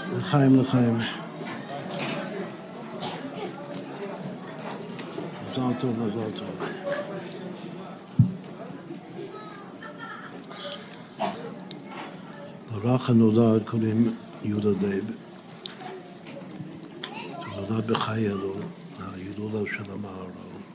לחיים. מזל טוב. הרך הנולד קוראים יהודה דייב. הוא נולד בחיי אלול, ההילולה של המהר"ל.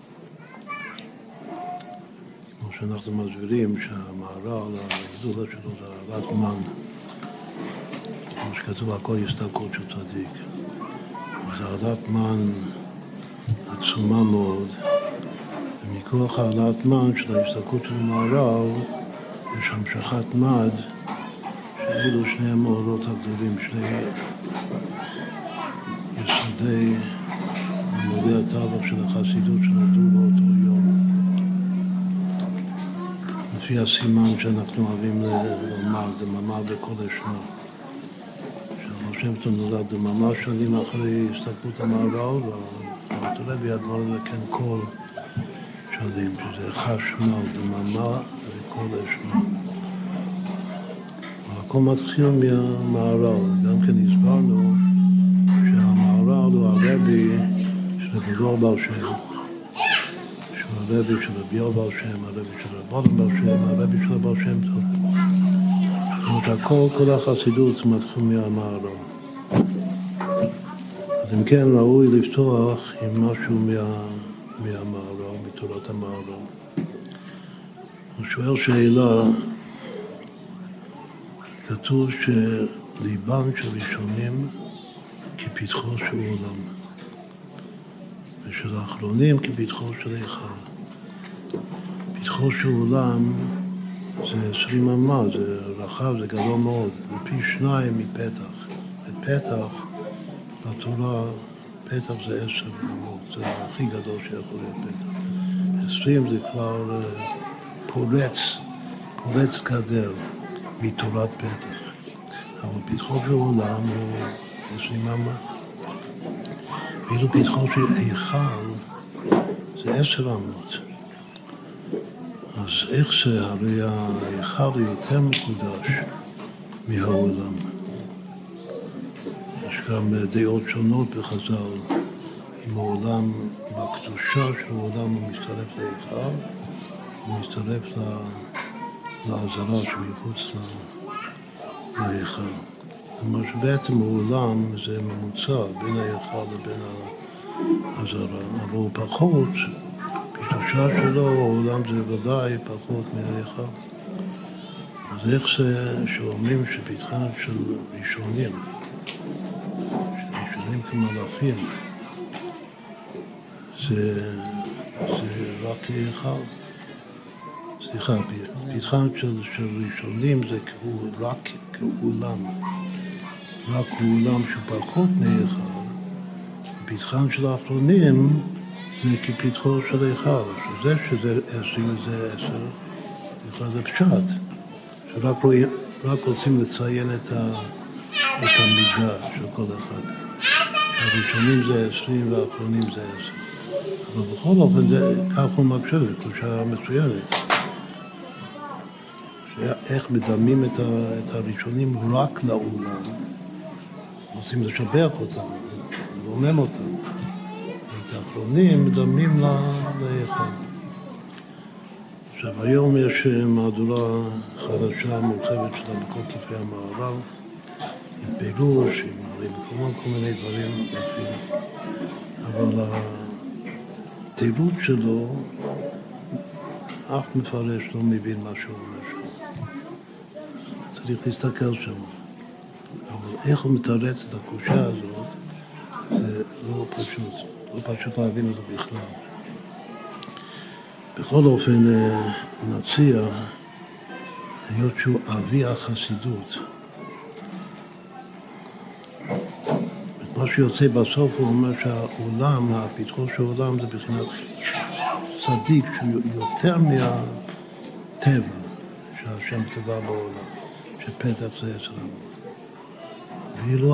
כמו שאנחנו מסבירים שהמהר"ל, ההילולה שלו זה אהבת מן. כמו שכתוב, הכל הסתלקות של צדיק. אז אהבת מן עצומה מאוד. ומכוח העלאת מן של ההסתלקות של המהר"ל יש המשכת מד, שאלו שני המאורות הגדולים, שני יסודי עמודי התווך של החסידות שנולדו באותו יום. לפי הסימן שאנחנו אוהבים לומר, דממה בכל אשמה. שהראשם שאתה נולד דממה שנים אחרי הסתלקות המהר"ל, והרבי אדמו"ר זה כן קול שנים, שזה חשמל, דממה בכל אשמה. הכל מתחיל מהמהר"ל. גם כן הסברנו שהמהר"ל הוא הרבי של רבי בעל שם, שהוא הרבי של רבי בעל שם, הרבי של רבי בעל שם, הרבי של בעל שם טוב. זאת אומרת, כל החסידות מתחיל מהמהר"ל. אז אם כן, ראוי לפתוח עם משהו מהמהר"ל, מתורת המהר"ל. הוא שואל שאלה, כתוב שליבם של ראשונים כפתחו של עולם, ושל האחרונים כפתחו של היכל. פתחו של עולם זה 20 אמה, זה רחב, זה גדול מאוד, זה פי 2 מפתח. ופתח, בתורה, פתח זה 10 אמות, זה הכי גדול שיכול להיות פתח. 20 זה כבר פורץ גדר. מתורת פתח. אבל פתחו של עולם הוא 20 אמה. ואילו פתחו של היכל זה 10 אמות. אז איך זה? הרי ההיכל הוא יותר מקודש מהעולם. יש גם דעות שונות בחז"ל. אם העולם בקדושה של העולם הוא מצטרף להיכל, הוא מצטרף לעזרה שמחוץ להיכל. זאת אומרת שבעצם העולם זה ממוצע בין ההיכל לבין העזרה, אבל הוא פחות, בקדושה שלו העולם זה ודאי פחות מההיכל. אז איך זה שאומרים שפתחם של ראשונים כמלאכים, זה רק היכל? סליחה, פתחם של ראשונים זה רק כעולם. רק כעולם שפחות מהיכל. פתחם של האחרונים זה כפתחו של היכל. זה שזה 20 וזה 10, בכלל זה פשט. שרק רוצים לציין את המידה של כל אחד. הראשונים זה 20 והאחרונים זה 10. אבל בכל אופן כך הוא מקשה, זה קדושה מצוינת. איך מדמים את הראשונים רק לעולם, רוצים לשבח אותם, לרומם אותם. ואת האחרונים מדמים להיכל. עכשיו, היום יש מהדורה חדשה מורחבת שלה בכל כתבי המהר"ל, עם פירוש, עם מקומות, כל מיני דברים יפים. אבל התירוץ שלו, אף מפרש לא מבין מה שהוא אומר שם. צריך להסתכל שם. אבל איך הוא מתרץ את הקושה הזאת, זה לא פשוט. לא פשוט להבין אותו בכלל. בכל אופן, נציע, היות שהוא אבי החסידות, מה שיוצא בסוף הוא אומר שהעולם, הפתחו של העולם זה בחינת צדיק שהוא יותר מהטבע שהשם טבע בעולם, שפתח זה 10 אמות. ואילו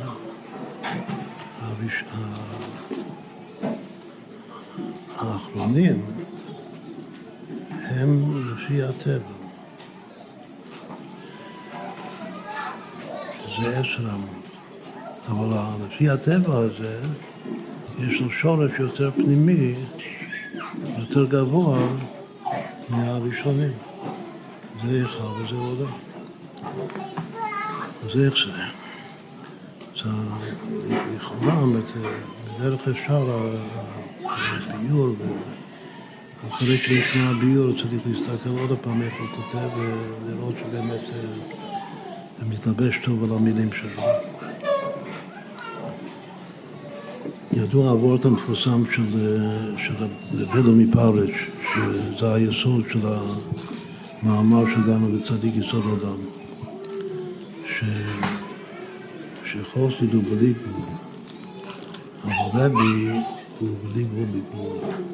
האחרונים הם לפי הטבע. זה 10 אמות. אבל לפי הטבע הזה, יש לו שורש יותר פנימי, יותר גבוה מהראשונים. זה אחד וזה עולם. אז איך זה? אז לכאורה, בדרך אפשר הביור, אחרי שנשמע הביור צריך להסתכל עוד פעם איך הוא כותב ולראות שבאמת זה מתלבש טוב על המילים שלו. ידוע העבורת המפורסם של רבנו מפרץ, שזה היסוד של המאמר שלנו בצדיק יסוד עולם, שחסיד הוא בלי גבול, אבל רבי הוא בלי גבול בגבול.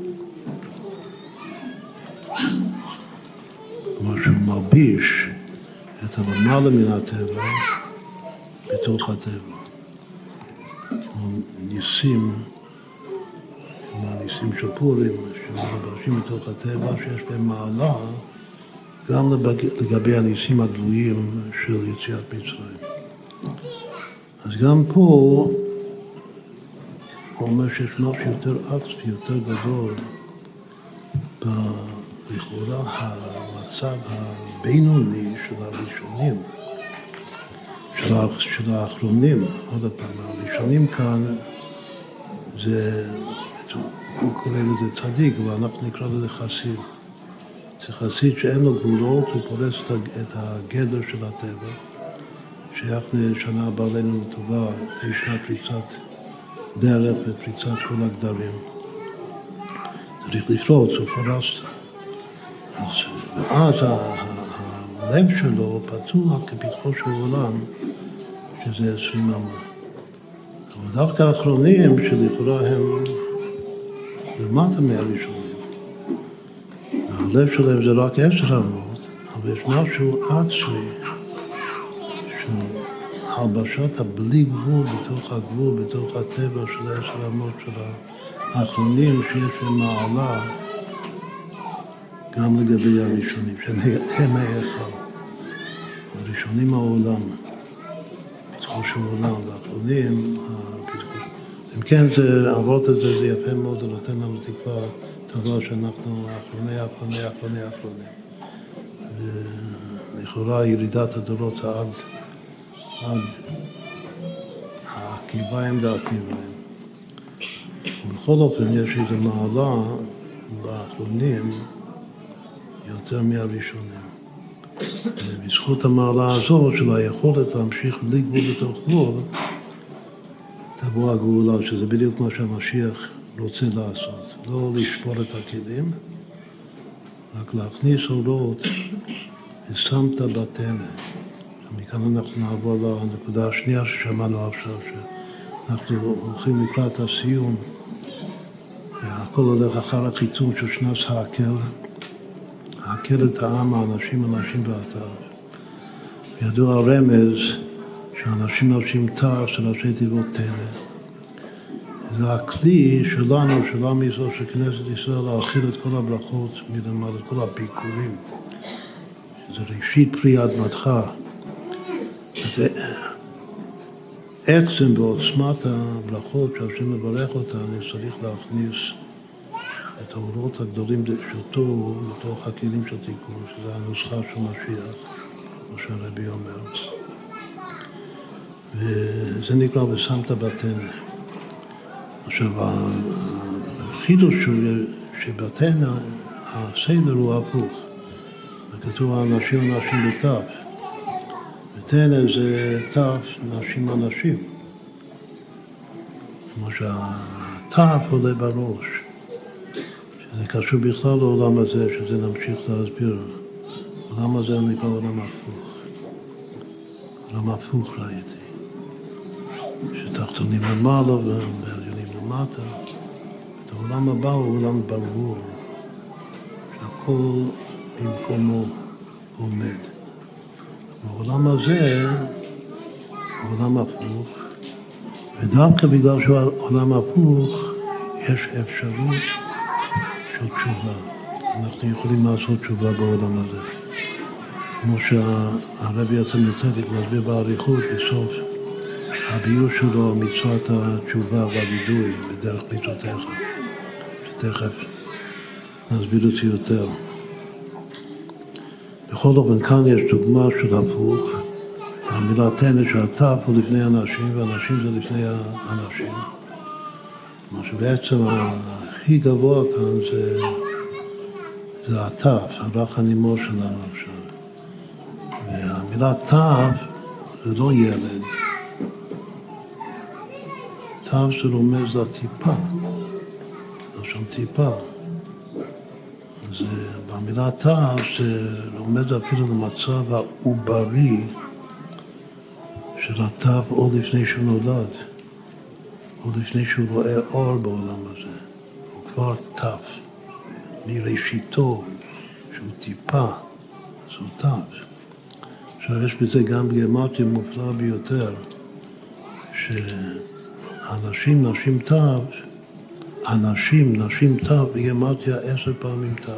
כלומר שהוא מרביש את הלמעלה מן הטבע בתוך הטבע. כמו ניסים, כמו הניסים של פורים, שמרבשים בתוך הטבע, שיש בהם מעלה גם לגבי הניסים הגלויים של יציאת מצרים. אז גם פה הוא אומר שיש משהו יותר עצמי, יותר גדול לכאורה המצב הבינוני של הראשונים, של האחרונים. עוד פעם, הראשונים כאן זה, הוא קורא לזה צדיק, אבל אנחנו נקרא לזה חסיד. זה חסיד שאין לו גבולות, הוא פורס את הגדר של הטבע, שייך לשנה הבאה עלינו לטובה, שנת פריצת דרך ופריצת כל הגדרים. צריך לפרוץ, הוא פרסת. ואז הלב שלו פתוח כפתחו של עולם, שזה 20 אמה. אבל דווקא האחרונים שלכאורה הם למטה מהראשונים. הלב שלהם זה רק 10 אמות, אבל יש משהו עצמי של הלבשת הבלי גבול בתוך הגבול, בתוך הטבע של 10 אמות של האחרונים, שיש להם מעלה גם לגבי הראשונים, שהם האחד. הראשונים העולם, פתחו של עולם, והאחרונים, אם כן, עברות את זה, זה יפה מאוד, זה נותן לנו תקווה טובה שאנחנו האחרונים. ולכאורה ירידת הדורות עד העקיביים והעקיביים. בכל אופן, יש איזו מעלה באחרונים יותר מהראשונים. ובזכות המעלה הזאת של היכולת להמשיך בלי גבול בתוך גבול, תבוא הגאולה, שזה בדיוק מה שהמשיח רוצה לעשות. לא לשבור את הכלים, רק להכניס אורות ושמת בתנא. מכאן אנחנו נעבור לנקודה השנייה ששמענו עכשיו, שאנחנו הולכים לקראת הסיום, והכל הולך אחר החיתום של שנס העקל, העקל את העם, האנשים ואתה. וידוע הרמז שאנשים תא של ראשי תיבות תנא. זה הכלי שלנו, של עם ישראל, של כנסת ישראל, להאכיל את כל הברכות מלמעלה, את כל הביקורים. זה ראשית פרי אדמתך. עצם ועוצמת הברכות שהשם מברך אותנו, צריך להכניס את האורות הגדולים שאותו בתוך הכלים של תיקון, שזה הנוסחה של משיח, כמו שהרבי אומר. וזה נקרא ושמת בתנא. עכשיו, החידוש שבתנא, הסדר הוא הפוך. וכתוב אנשים בתף. בתנא זה תף, אנשים. כמו שהתף עולה בראש. שזה קשור בכלל לעולם הזה, שזה נמשיך להסביר. העולם הזה נקרא עולם הפוך. עולם הפוך ראיתי. שתחתונים למעלה ועליונים למטה. העולם הבא הוא עולם ברור. שהכל במקומו עומד. העולם הזה הוא עולם הפוך. ודווקא בגלל שהוא עולם הפוך, יש אפשרות של תשובה. אנחנו יכולים לעשות תשובה בעולם הזה. כמו שהרבי יצא מצדיק מסביר באריכות בסוף הביור שלו מצוות התשובה והווידוי בדרך מצוותיך, שתכף נסביר את זה יותר. בכל אופן כאן יש דוגמה של הפוך, המילה תנא שהתו הוא לפני אנשים ואנשים זה לפני האנשים. מה שבעצם הכי גבוה כאן זה התו, הרך הנימור שלנו עכשיו. והמילה תו זה לא ילד. תו זה רומז לטיפה, זה שם טיפה. אז במילה תו זה רומז אפילו למצב העוברי של התו עוד לפני שהוא נולד, עוד לפני שהוא רואה אור בעולם הזה. הוא כבר תו, מראשיתו שהוא טיפה, אז הוא תו. עכשיו יש בזה גם גימטריה מופלא ביותר, שאנשים, נשים תו, אנשים, נשים תו, בגימטריה 10 פעמים תו.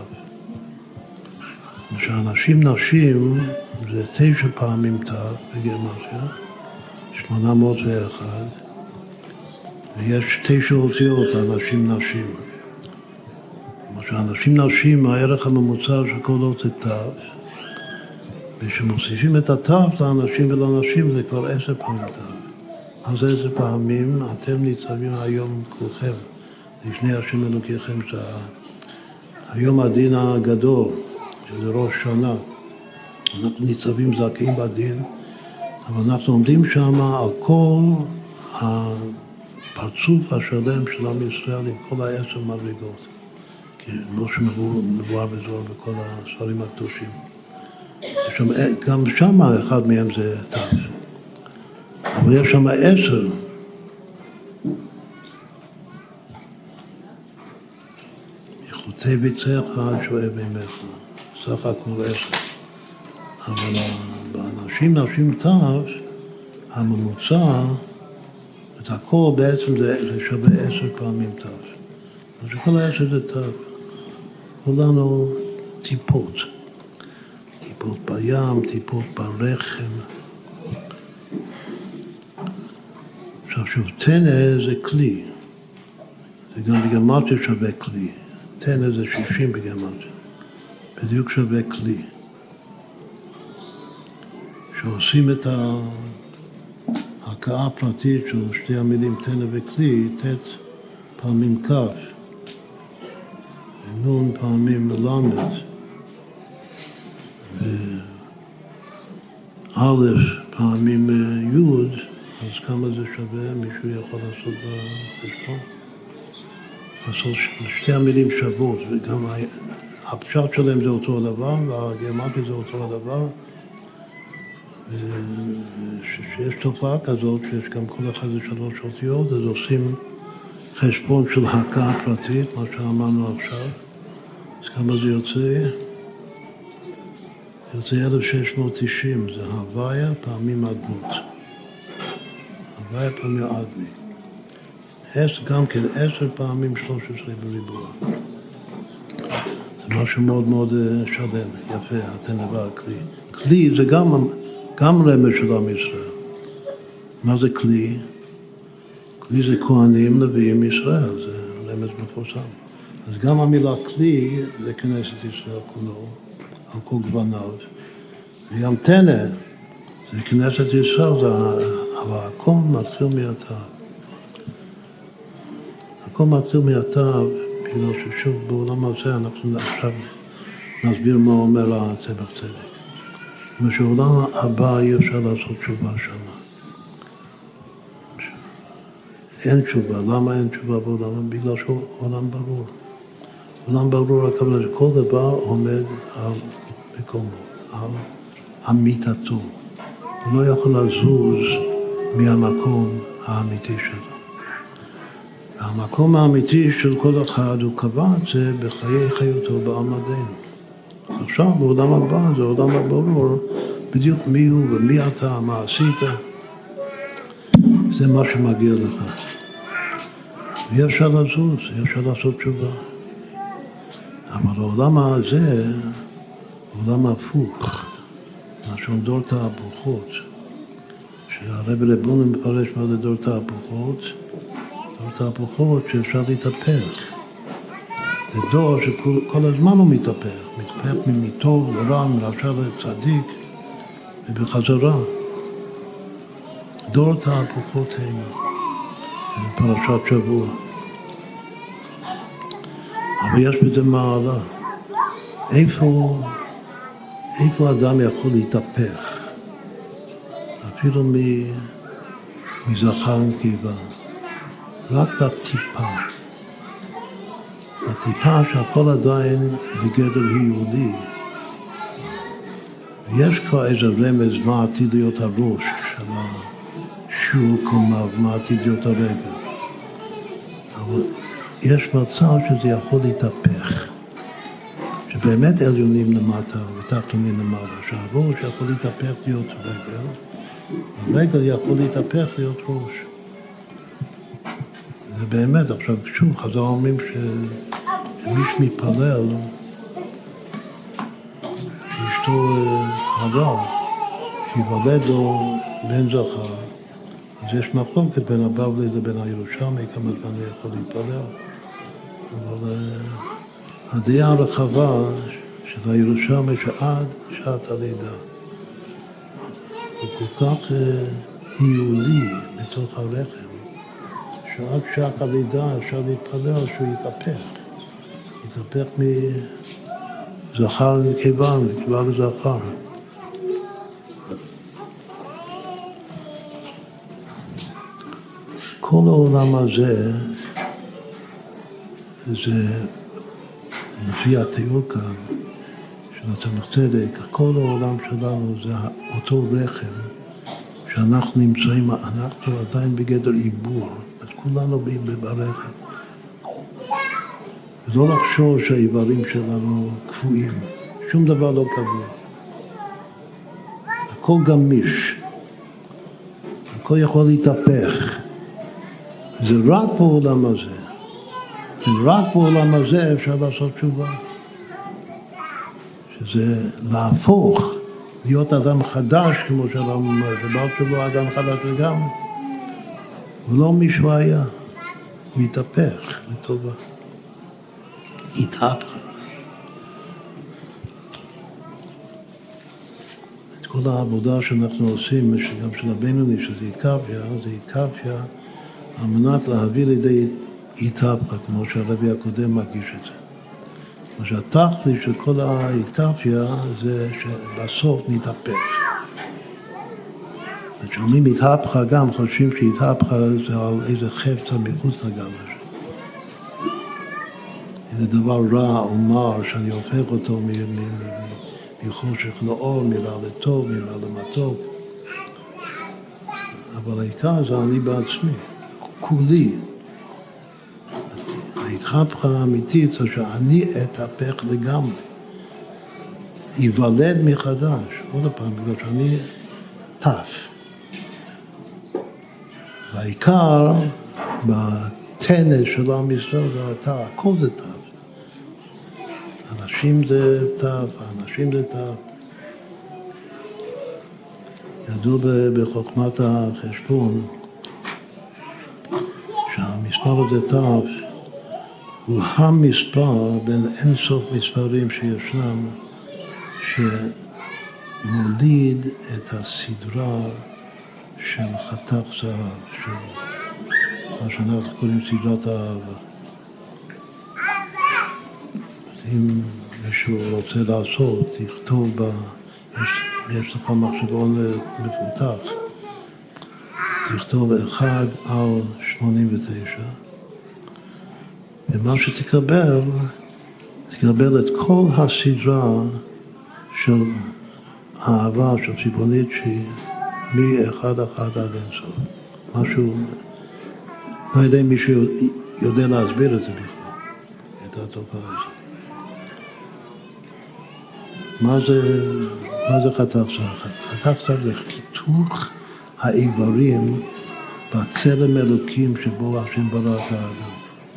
שאנשים, נשים, זה 9 פעמים תו בגימטריה, 801, ויש 9 אותיות, אנשים, נשים. שאנשים, נשים, הערך הממוצע של כל אות זה תו, וכשמוסיפים את התו לאנשים ולנשים זה כבר 10 פעמים תו. אז 10 פעמים אתם ניצבים היום כולכם, לפני השם אלוקיכם, היום הדין הגדול, שזה ראש שנה, אנחנו ניצבים זכאים בדין, אבל אנחנו עומדים שם על כל הפרצוף השלם של עם ישראל עם כל 10 מדרגות, כמו שמבואר בזוהר בכל הספרים הקדושים. גם שם אחד מהם זה תו, אבל יש שם 10. יחוטי ביצעך שואב ממך, סך הכל 10. אבל באנשים, נשים תו, הממוצע, את הכל בעצם זה שווה 10 פעמים תו. אז כל 10 זה תו. כולנו טיפות. טיפות בים, טיפות ברחם. עכשיו שוב, תנא זה כלי. זה גם בגימטריה שווה כלי. תנא זה 60 בגימטריה. בדיוק שווה כלי. שעושים את ההכאה הפרטית של שתי המילים תנא וכלי, ת' פעמים כ', ונון פעמים למד, וא' פעמים י', אז כמה זה שווה? מישהו יכול לעשות בחשבון? לעשות שתי המילים שוות, וגם הפשט שלהם זה אותו הדבר, והגימטריה זה אותו הדבר, שיש תופעה כזאת, שיש גם כל אחד זה 3 אותיות, אז עושים חשבון של הכאה פרטית, מה שאמרנו עכשיו. אז כמה זה יוצא? יוצא 1690, זה הוויה פעמים אדנות. הוויה פעמים אדני. גם כן 10 פעמים 13 בריבוע. זה משהו מאוד מאוד שלם, יפה, התנא והכלי. כלי זה גם רמז של עם ישראל. מה זה כלי? כלי זה כהנים, נביאים, ישראל, זה רמז מפורסם. אז גם המילה כלי זה כנסת ישראל כולו, על כל גווניו. וגם תנא זה כנסת ישראל, אבל הכל מתחיל מהתו. הכל מתחיל מהתו, בגלל ששוב בעולם הזה אנחנו עכשיו נסביר מה אומר הצמח צדק. ושעולם הבא אי אפשר לעשות תשובה שמה. אין תשובה. למה אין תשובה בעולם? בגלל שהוא עולם ברור. עולם ברור הכוונה שכל דבר עומד על מקומו, על אמיתתו. הוא לא יכול לזוז מהמקום האמיתי שלו. והמקום האמיתי של כל אחד הוא קבע את זה בחיי חיותו בעמדנו. עכשיו בעולם הבא זה עולם הברור, בדיוק מי הוא ומי אתה, מה עשית. זה מה שמגיע לך. ואי אפשר לזוז, אי אפשר לעשות תשובה. אבל העולם הזה הוא עולם הפוך, מה שעומדות תהפוכות, שהרב רבונן מפרש מאוד לדור תהפוכות, דור תהפוכות שאפשר להתהפך. זה דור שכל הזמן הוא מתהפך מטוב לרע, מרשע לצדיק, ובחזרה. דור תהפוכות הם פרשת שבוע. אבל יש בזה מעלה. איפה אדם יכול להתהפך? אפילו מזכר ונקבה. רק בטיפה. בטיפה שהכל עדיין בגדר יהודי. יש כבר איזה רמז מה עתיד להיות הראש של השיעור קומה ומה עתיד להיות הרגל. אבל יש מצב שזה יכול להתהפך. שבאמת עליונים למטה ותחתונים למעלה. שהראש יכול להתהפך להיות רגל. הרגל יכול להתהפך להיות ראש. זה באמת, עכשיו שוב חז"ל אומרים שמישהו מתפלל שאשתו חז"ל, שיוולד לו בן זכר, אז יש מחלוקת בין הבבלי לבין הירושלמי, כמה זמן הוא יכול להתפלל. אבל הדעה הרחבה של הירושלמי שעד שעת הלידה הוא כל כך היולי בתוך הרחם, שעד שעת הלידה אפשר להתפלל שהוא יתהפך מזכר לנקבה, נקבה לזכר. כל העולם הזה, זה לפי התיאור כאן של הצמח צדק, כל העולם שלנו זה אותו רחם שאנחנו נמצאים, אנחנו עדיין בגדר עיבור, כולנו ברחם. ולא לחשוב שהאיברים שלנו קפואים, שום דבר לא קבוע. הכל גמיש, הכל יכול להתהפך. זה רק בעולם הזה. ורק בעולם הזה אפשר לעשות תשובה. שזה להפוך, להיות אדם חדש, כמו שאדם אומר, דבר שלא אדם חדש לגמרי. ולא מישהו היה, הוא התהפך לטובה. התהפך. את כל העבודה שאנחנו עושים, גם של הבינוני, שזה התקפיה, זה התקפיה, על מנת להביא לידי התהפך, כמו שהרבי הקודם מדגיש את זה. מה שהתכלית של כל ההתקפיה זה שבסוף נתהפך. כשאומרים התהפכה גם, חושבים שהתהפכה זה על איזה חפצה מחוץ לגמרי. איזה דבר רע או מר שאני הופך אותו מחושך לאור, מרע לטוב, מרע למתוק. אבל העיקר זה אני בעצמי, כולי. ההתהפכה האמיתית זה שאני אתהפך לגמרי. ייוולד מחדש, עוד פעם, בגלל שאני טף. והעיקר, בטנס של עם ישראל זה אתה, הכל זה טף. אנשים זה טף, האנשים זה טף. ידעו בחוכמת החשבון שהמספר הזה טף הוא המספר בין אינסוף מספרים שישנם שמוליד את הסדרה של חתך זהב, של מה שאנחנו קוראים סדרת האהבה. אם מישהו רוצה לעשות, תכתוב יש לך מחשבון מפותח, תכתוב 1/89, ומה שתקבל, תקבל את כל הסדרה של אהבה, של ציבונית שהיא מ-1 עד אינסוף. משהו, לא יודע אם מישהו יודע להסביר את זה בכלל, את התופעה הזאת. מה זה חתך זהב? חתך זהב זה חיתוך האיברים בצלם אלוקים שבו השם ברא את האדם.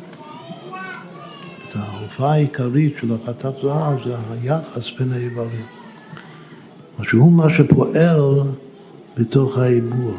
את ההופעה העיקרית של החתך זהב זה היחס בין האיברים. שהוא מה שפועל בתוך העיבור.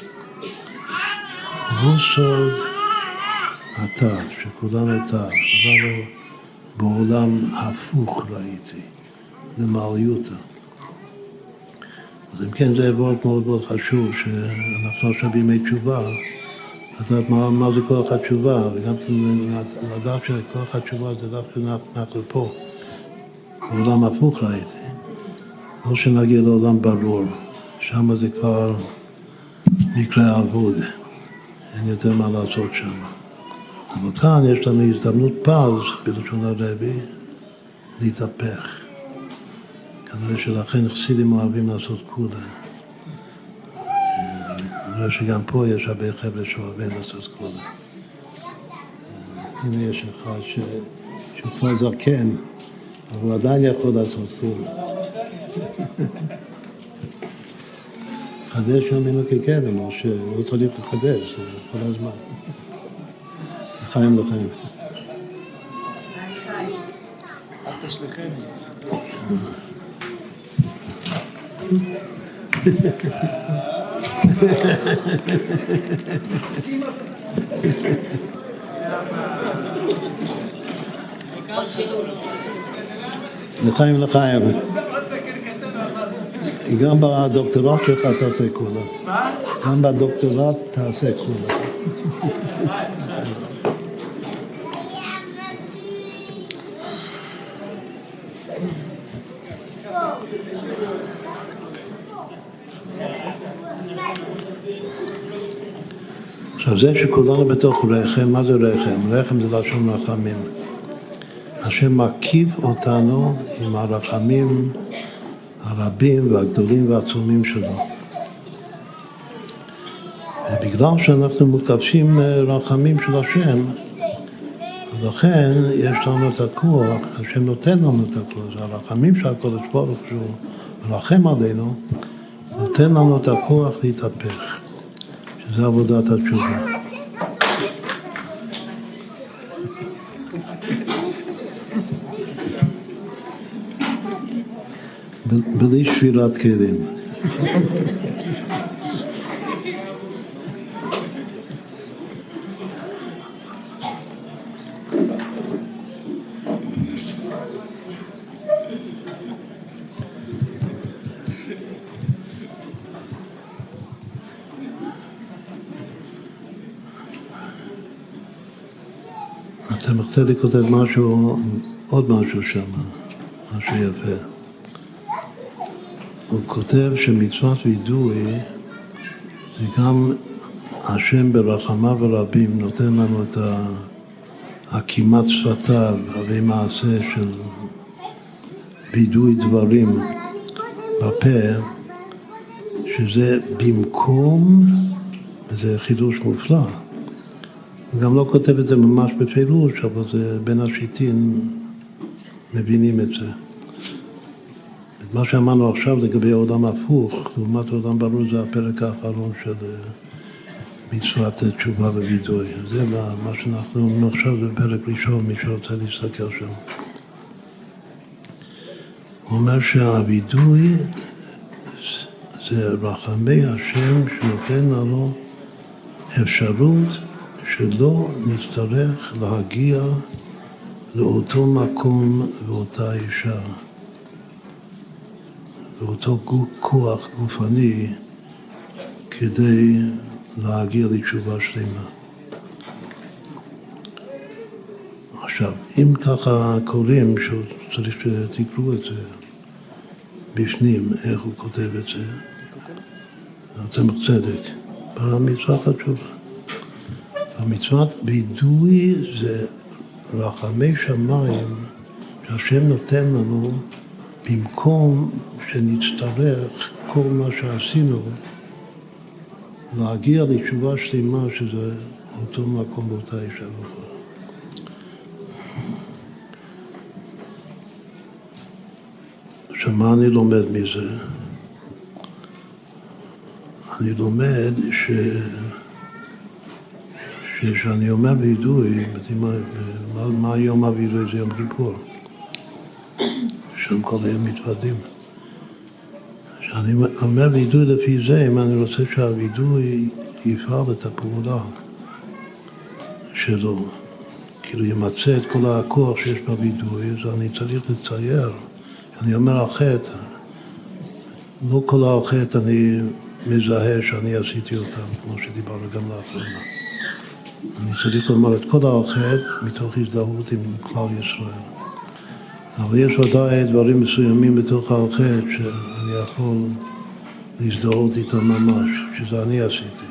הוא סוד התו, שכולנו תו, כולנו בעולם הפוך ראיתי, למעליותא. אז אם כן זה עבוד מאוד מאוד חשוב, שאנחנו עכשיו בימי תשובה, לדעת מה זה כוח התשובה, וגם לדעת שכוח התשובה זה דווקא אנחנו פה, בעולם הפוך ראיתי. לא שנגיע לעולם ברור, שם זה כבר מקרה אבוד, אין יותר מה לעשות שם. אבל כאן יש לנו הזדמנות פז, בלשון הרבי, להתהפך. כנראה שלכן חסידים אוהבים לעשות קולה. אני רואה שגם פה יש הרבה חבר'ה שאוהבים לעשות קולה. הנה יש אחד שהוא כבר זקן, אבל הוא עדיין יכול לעשות קולה. חדש ממנו כקדם, או שהוא צריך לחדש, זה כל הזמן. לחיים. אל תשליכני. לחיים. גם בדוקטורט שלך תעשה כולה. מה? גם בדוקטורט תעשה כולה. עכשיו זה שכולנו בתוך רחם, מה זה רחם? רחם זה לשון רחמים. השם מקיף אותנו עם הרחמים הרבים והגדולים והעצומים שלו. ובגלל שאנחנו מוקפים רחמים של השם, אז לכן יש לנו את הכוח, השם נותן לנו את הכוח, זה הרחמים של הקודש ברוך שהוא מרחם עלינו, נותן לנו את הכוח להתהפך, שזה עבודת התשובה. בלי שבירת כלים. הצמח צדק כותב משהו, עוד משהו שם, משהו יפה. הוא כותב שמצוות וידוי זה גם השם ברחמיו הרבים נותן לנו את הכמעט שפתיו, הווי מעשה של וידוי דברים בפה, שזה במקום, וזה חידוש מופלא. הוא גם לא כותב את זה ממש בפירוש, אבל זה בין השיטין מבינים את זה. מה שאמרנו עכשיו לגבי העולם הפוך, לעומת העולם ברור, זה הפרק האחרון של מצוות תשובה ווידוי. זה מה שאנחנו אומרים עכשיו, זה פרק ראשון, מי שרוצה להסתכל שם. הוא אומר שהווידוי זה רחמי השם שנותן לנו אפשרות שלא נצטרך להגיע לאותו מקום ואותה אישה. ואותו כוח גופני כדי להגיע לתשובה שלמה. עכשיו, אם ככה קוראים, שצריך שתקראו את זה בפנים, איך הוא כותב את זה, הצמח צדק, במצוות התשובה. המצוות וידוי זה רחמי שמיים שהשם נותן לנו במקום שנצטרך כל מה שעשינו להגיע לתשובה שלמה שזה אותו מקום באותה אישה בכל. עכשיו מה אני לומד מזה? אני לומד שאני אומר וידוי, מה יום הוידוי? זה יום כיפור. שם כל היום מתוודים. אני אומר וידוי לפי זה, אם אני רוצה שהוידוי יפעל את הפעולה שלו, כאילו ימצא את כל הכוח שיש בוידוי, אז אני צריך לצייר. אני אומר החטא, לא כל החטא אני מזהה שאני עשיתי אותם, כמו שדיברנו גם לאחרונה. אני צריך לומר את כל החטא מתוך הזדהות עם כלל ישראל. אבל יש ודאי דברים מסוימים בתוך החטא שאני יכול להזדהות איתם ממש, שזה אני עשיתי.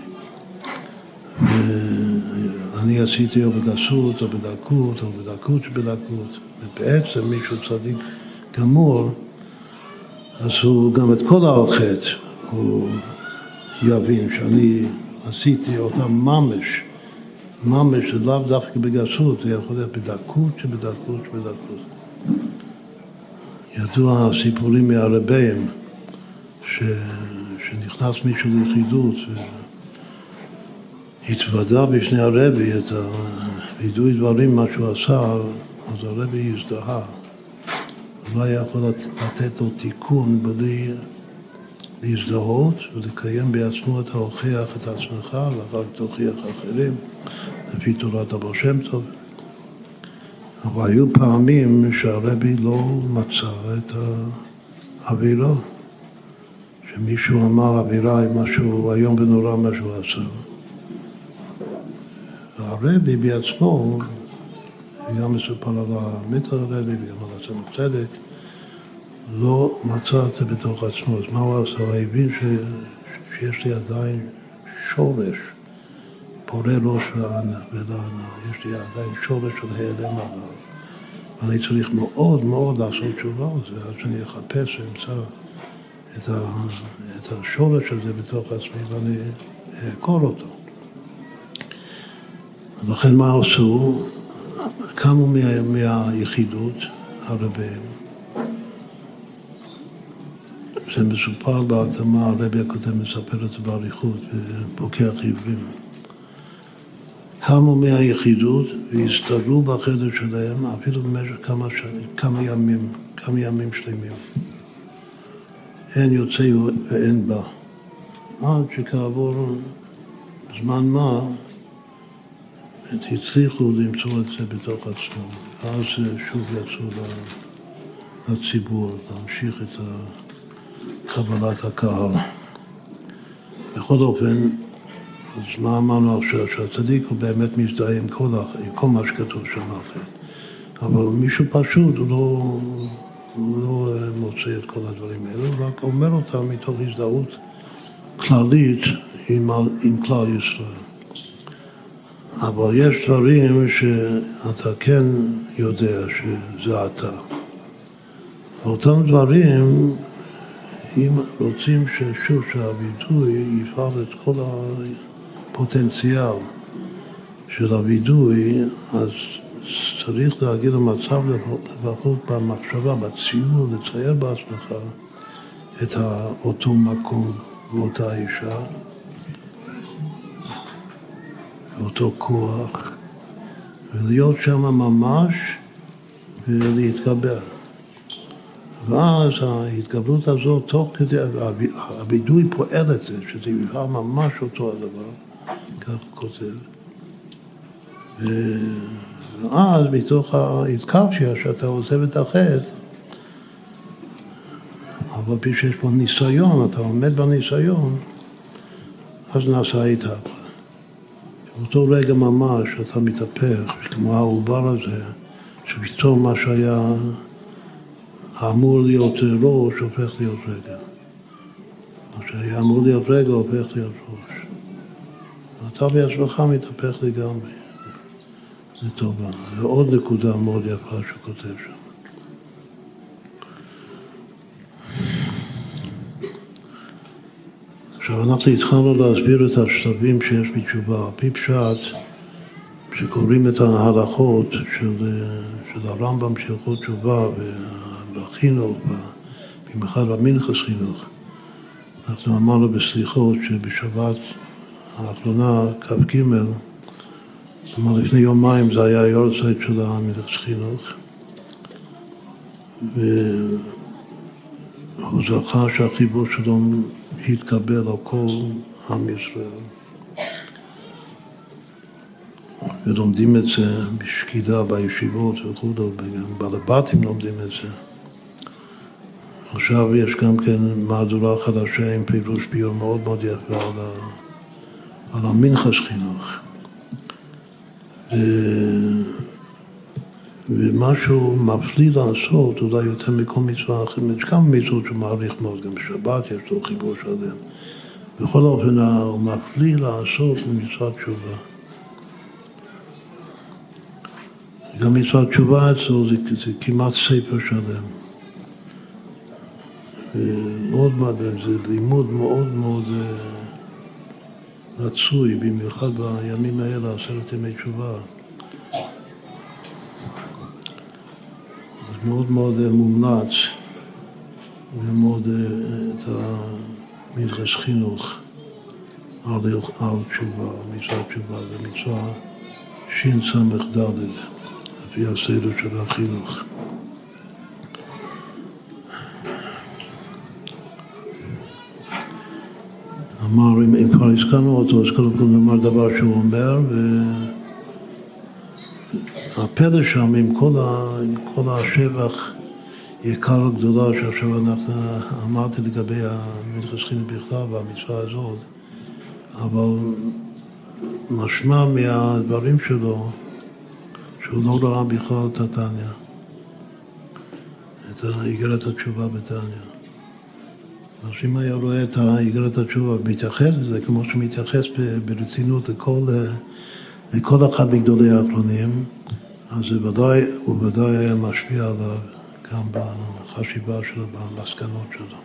אני עשיתי או בגסות או בדקות או בדקות שבדקות. ובעצם מישהו צדיק גמור, אז הוא גם את כל החטא הוא יבין שאני עשיתי אותם ממש זה לאו דווקא בגסות, זה יכול להיות בדקות שבדקות שבדקות. ידוע הסיפורים מהרבים שנכנס מישהו ליחידות והתוודע בפני הרבי את וידוי דברים מה שהוא עשה, אז הרבי הזדהה. הוא לא היה יכול לתת לו תיקון בלי להזדהות ולקיים בעצמו את ההוכיח את עצמך ואחר כך תוכיח אחרים לפי תורת הבעל שם טוב. אבל היו פעמים שהרבי לא מצא את העבירה, שמישהו אמר עבירה עם משהו איום ונורא מה שהוא עשה. והרבי בעצמו, גם מסופר על המיתר הרבי וגם על הסמך צדק, לא מצא את זה בתוך עצמו. אז מה הוא עשה? הוא הבין שיש לי עדיין שורש, פורה ראש ולענה. יש לי עדיין שורש של היעדם עליו. ואני צריך מאוד מאוד לעשות תשובה על זה, עד שאני אחפש ואמצא את השורש הזה בתוך עצמי ואני אעקור אותו. לכן מה עשו? קמו מהיחידות הרבים. זה מסופר בהקדמה, הרבי הכותב מספר את זה באריכות ופוקח עברים. קמו מהיחידות והסתגרו בחדר שלהם אפילו במשך כמה ימים שלמים. אין יוצא ואין בא. עד שכעבור זמן מה הצליחו למצוא את זה בתוך עצמם. אז שוב יצאו לציבור להמשיך את קבלת הקהל. בכל אופן, אז מה אמרנו עכשיו? שהצדיק הוא באמת מזדהה עם כל מה שכתוב שם אחר. אבל מישהו פשוט הוא לא מוצא את כל הדברים האלה, הוא רק אומר אותם מתוך הזדהות כללית עם כלל ישראל. אבל יש דברים שאתה כן יודע שזה אתה. ואותם דברים, אם רוצים שהווידוי יפעל את כל הפוטנציאל של הווידוי, אז צריך להגיד למצב לפחות במחשבה, בציור, לצייר בעצמך את אותו מקום ואותה אישה, ואותו כוח, ולהיות שם ממש ולהתגבר. ואז ההתגברות הזאת, תוך כדי, הבידוי פועל את זה, שזה יבחר ממש אותו הדבר, כך הוא כותב. ואז מתוך ההתקפיה שאתה עוזב את החטא, אבל פי שיש פה ניסיון, אתה עומד בניסיון, אז נעשה התהפך. באותו רגע ממש אתה מתהפך, כמו העובר הזה, שפתאום מה שהיה אמור להיות ראש, הופך להיות רגע. מה שהיה אמור להיות רגע, הופך להיות ראש. אתה בעצמך מתהפך לגמרי. זה טוב לנו. זו עוד נקודה מאוד יפה שכותב שם. עכשיו אנחנו התחלנו להסביר את השלבים שיש בתשובה. על פי פשט, שקוראים את ההלכות של הרמב"ם בהלכות תשובה ובחינוך, במיוחד במנחס חינוך. אנחנו אמרנו בסליחות שבשבת האחרונה, כ"ג, כלומר לפני יומיים זה היה יורצייט של המנחס חינוך, הוא זכה שהחיבור שלו התקבל על כל עם ישראל. ולומדים את זה בשקידה בישיבות וכו', וגם בלבטים לומדים את זה. עכשיו יש גם כן מהדורה חדשה עם פירוש ביור מאוד מאוד יפה על המנחס חינוך. ומשהו מפליא לעשות, אולי יותר מכל מצווה אחרת, יש כמה מצוות שהוא מעריך מאוד, גם בשבת יש לו חיבור שלם. בכל אופן, הוא מפליא לעשות מצוות תשובה. גם מצוות תשובה אצלו זה כמעט ספר שלם. מאוד מאוד, זה לימוד מאוד מאוד רצוי, במיוחד בימים האלה, 10 ימי תשובה. אז מאוד מאוד מומלץ ללמוד את המנחס חינוך על תשובה, מצוות תשובה, זה מצווה שס"ד, לפי הסדר של החינוך. אמר, אם כבר הזכרנו אותו, אז קודם כל נאמר דבר שהוא אומר, והפלא שם עם כל השבח יקר גדולה שעכשיו אנחנו אמרתי לגבי המנחס חינוך בכתב והמצווה הזאת, אבל משמע מהדברים שלו שהוא לא ראה בכלל את התניא, את איגרת התשובה בתניא. אז אם היה רואה את איגרת התשובה מתייחס לזה, כמו שמתייחס ברצינות לכל אחד מגדולי האחרונים, אז הוא ודאי היה משפיע עליו גם בחשיבה שלו, במסקנות שלו.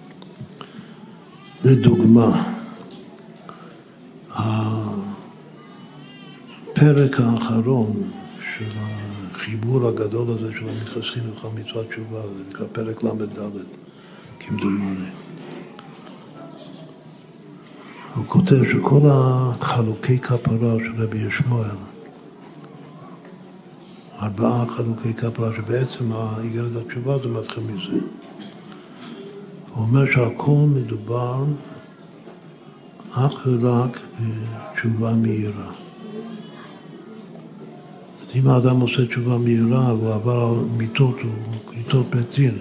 לדוגמה, הפרק האחרון של החיבור הגדול הזה של המנחס חינוך על מצוות תשובה, זה נקרא פרק ל"ד, כמדומני. הוא כותב שכל החלוקי כפרה של רבי ישמעאל, 4 חלוקי כפרה, שבעצם איגרת התשובה זה מתחיל מזה. הוא אומר שהכל מדובר אך ורק בתשובה מהירה. אם האדם עושה תשובה מהירה, הוא עבר על מיתות, הוא כריתות מתים.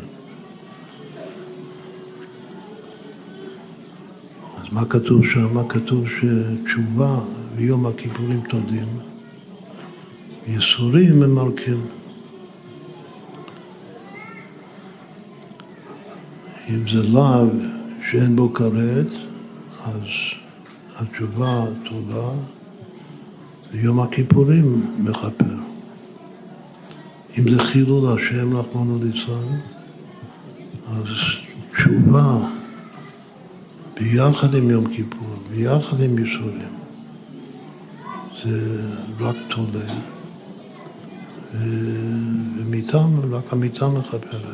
אז מה כתוב שם? מה כתוב שתשובה ויום הכיפורים תודים, ייסורים ממלכים. אם זה לאו שאין בו כרת, אז התשובה טובה, ויום הכיפורים מכפר. אם זה חילול השם רחמנא ליצלן, אז תשובה ביחד עם יום כיפור, ביחד עם ייסורים, זה רק תולה, ומיתם, רק המיתה מכפרת.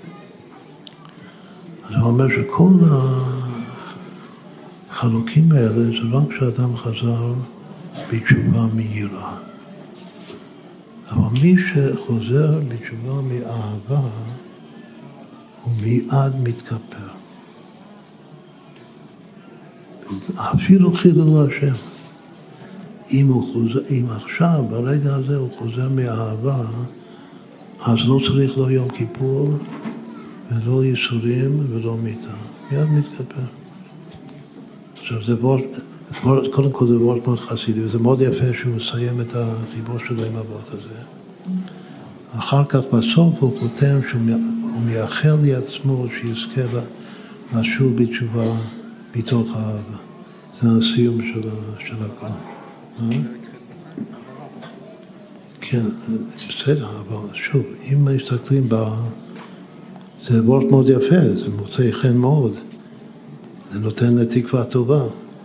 אז הוא אומר שכל החלוקים האלה זה רק כשאדם חזר בתשובה מהירה. אבל מי שחוזר בתשובה מאהבה, הוא מיד מתכפר. אפילו חילול השם. אם עכשיו, ברגע הזה, הוא חוזר מאהבה, אז לא צריך לא יום כיפור, ולא ייסורים, ולא מיתה. מיד מתכפר. עכשיו זה קודם כל זה וורט מאוד חסידי, וזה מאוד יפה שהוא מסיים את החיבור שלו עם הוורט הזה. אחר כך בסוף הוא חותם שהוא מייחל לעצמו שיזכה לשוב בתשובה מתוך האהבה. זה הסיום של הכל. כן, בסדר, אבל שוב, אם מסתכלים זה וורט מאוד יפה, זה מוצא חן מאוד. זה נותן תקווה טובה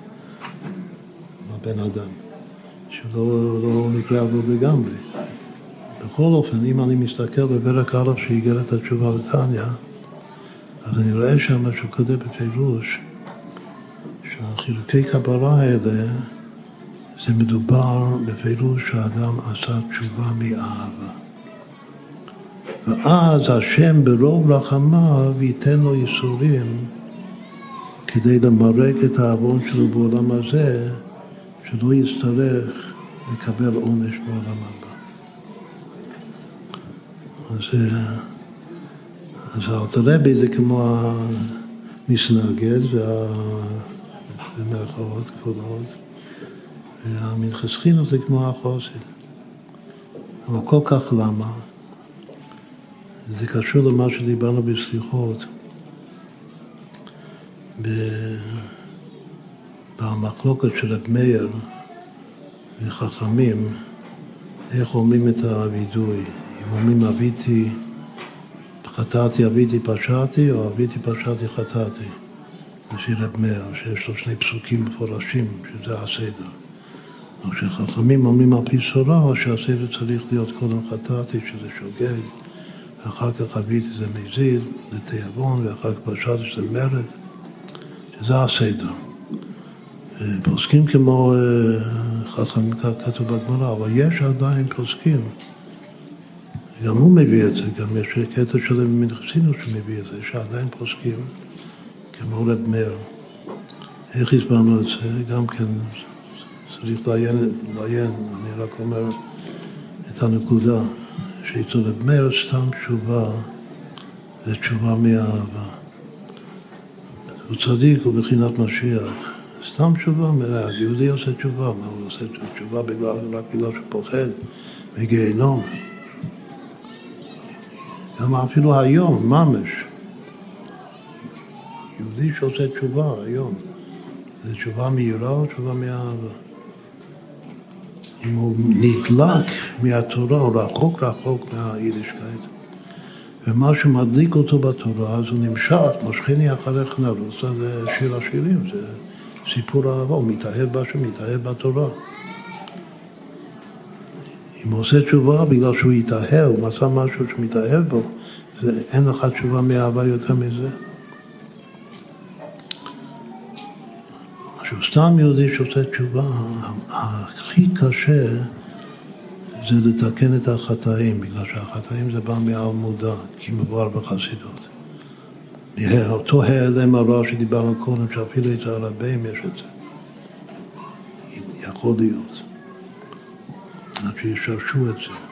לבן אדם, שלא נקרא בו לגמרי. בכל אופן, אם אני מסתכל בפרק א' שאיגרת התשובה בתניא, אז אני רואה שם שהוא כותב בפירוש שהחילוקי כפרה האלה, זה מדובר בפירוש שהאדם עשה תשובה מאהבה. ואז השם ברוב רחמיו ייתן לו ייסורים כדי למרק את העוון שלו בעולם הזה, שלא יצטרך לקבל עונש בעולם הבא. אז האלטר-רבי זה כמו המסנגד, במרכאות כפולות, והמנחס חינוך זה כמו החוסן. אבל כל כך למה? זה קשור למה שדיברנו בסליחות, במחלוקת של רב מאיר וחכמים, איך אומרים את הווידוי. אם אומרים אביתי חטאתי, אביתי פשעתי, או אביתי פשעתי חטאתי. לפי רב מאיר, שיש לו שני פסוקים מפורשים, שזה הסדר. או שחכמים אומרים על פי סורה, שהסדר צריך להיות קודם חטאתי, שזה שוגג, ואחר כך אביתי זה מזיד, זה תיאבון, ואחר כך פשעתי שזה מרד, שזה הסדר. פוסקים כמו חכמים, כתוב בגמרא, אבל יש עדיין פוסקים, גם הוא מביא את זה, גם יש קטע שלהם מנחסינו שמביא את זה, שעדיין פוסקים, כמו רב מאיר. איך הסברנו את זה? גם כן צריך לעיין, אני רק אומר את הנקודה, שאצל רב מאיר סתם תשובה, זה תשובה מהאהבה. הוא צדיק, הוא בחינת משיח. סתם תשובה, יהודי עושה תשובה, מה הוא עושה תשובה רק בגלל שהוא פוחד מגיהנום. גם אפילו היום, ממש. יהודי שעושה תשובה היום, זה תשובה מהירה או תשובה מהאהבה. אם הוא נדלק מהתורה, הוא רחוק מהיידישקייט. ומה שמדליק אותו בתורה, אז הוא נמשך, משכני אחריך נרוץ, זה שיר השירים, זה סיפור אהבה, הוא מתאהב בשם, מתאהב בתורה. אם הוא עושה תשובה בגלל שהוא יתאהב, הוא מצא משהו שמתאהב בו, אין לך תשובה מאהבה יותר מזה. שהוא סתם יהודי שעושה תשובה, הכי קשה זה לתקן את החטאים, בגלל שהחטאים זה בא מעל מודע, כי מבואר בחסידות. אותו העלם הרע שדיברנו קודם, שאפילו את הרבים יש את זה. יכול להיות. עד שישרשו את זה.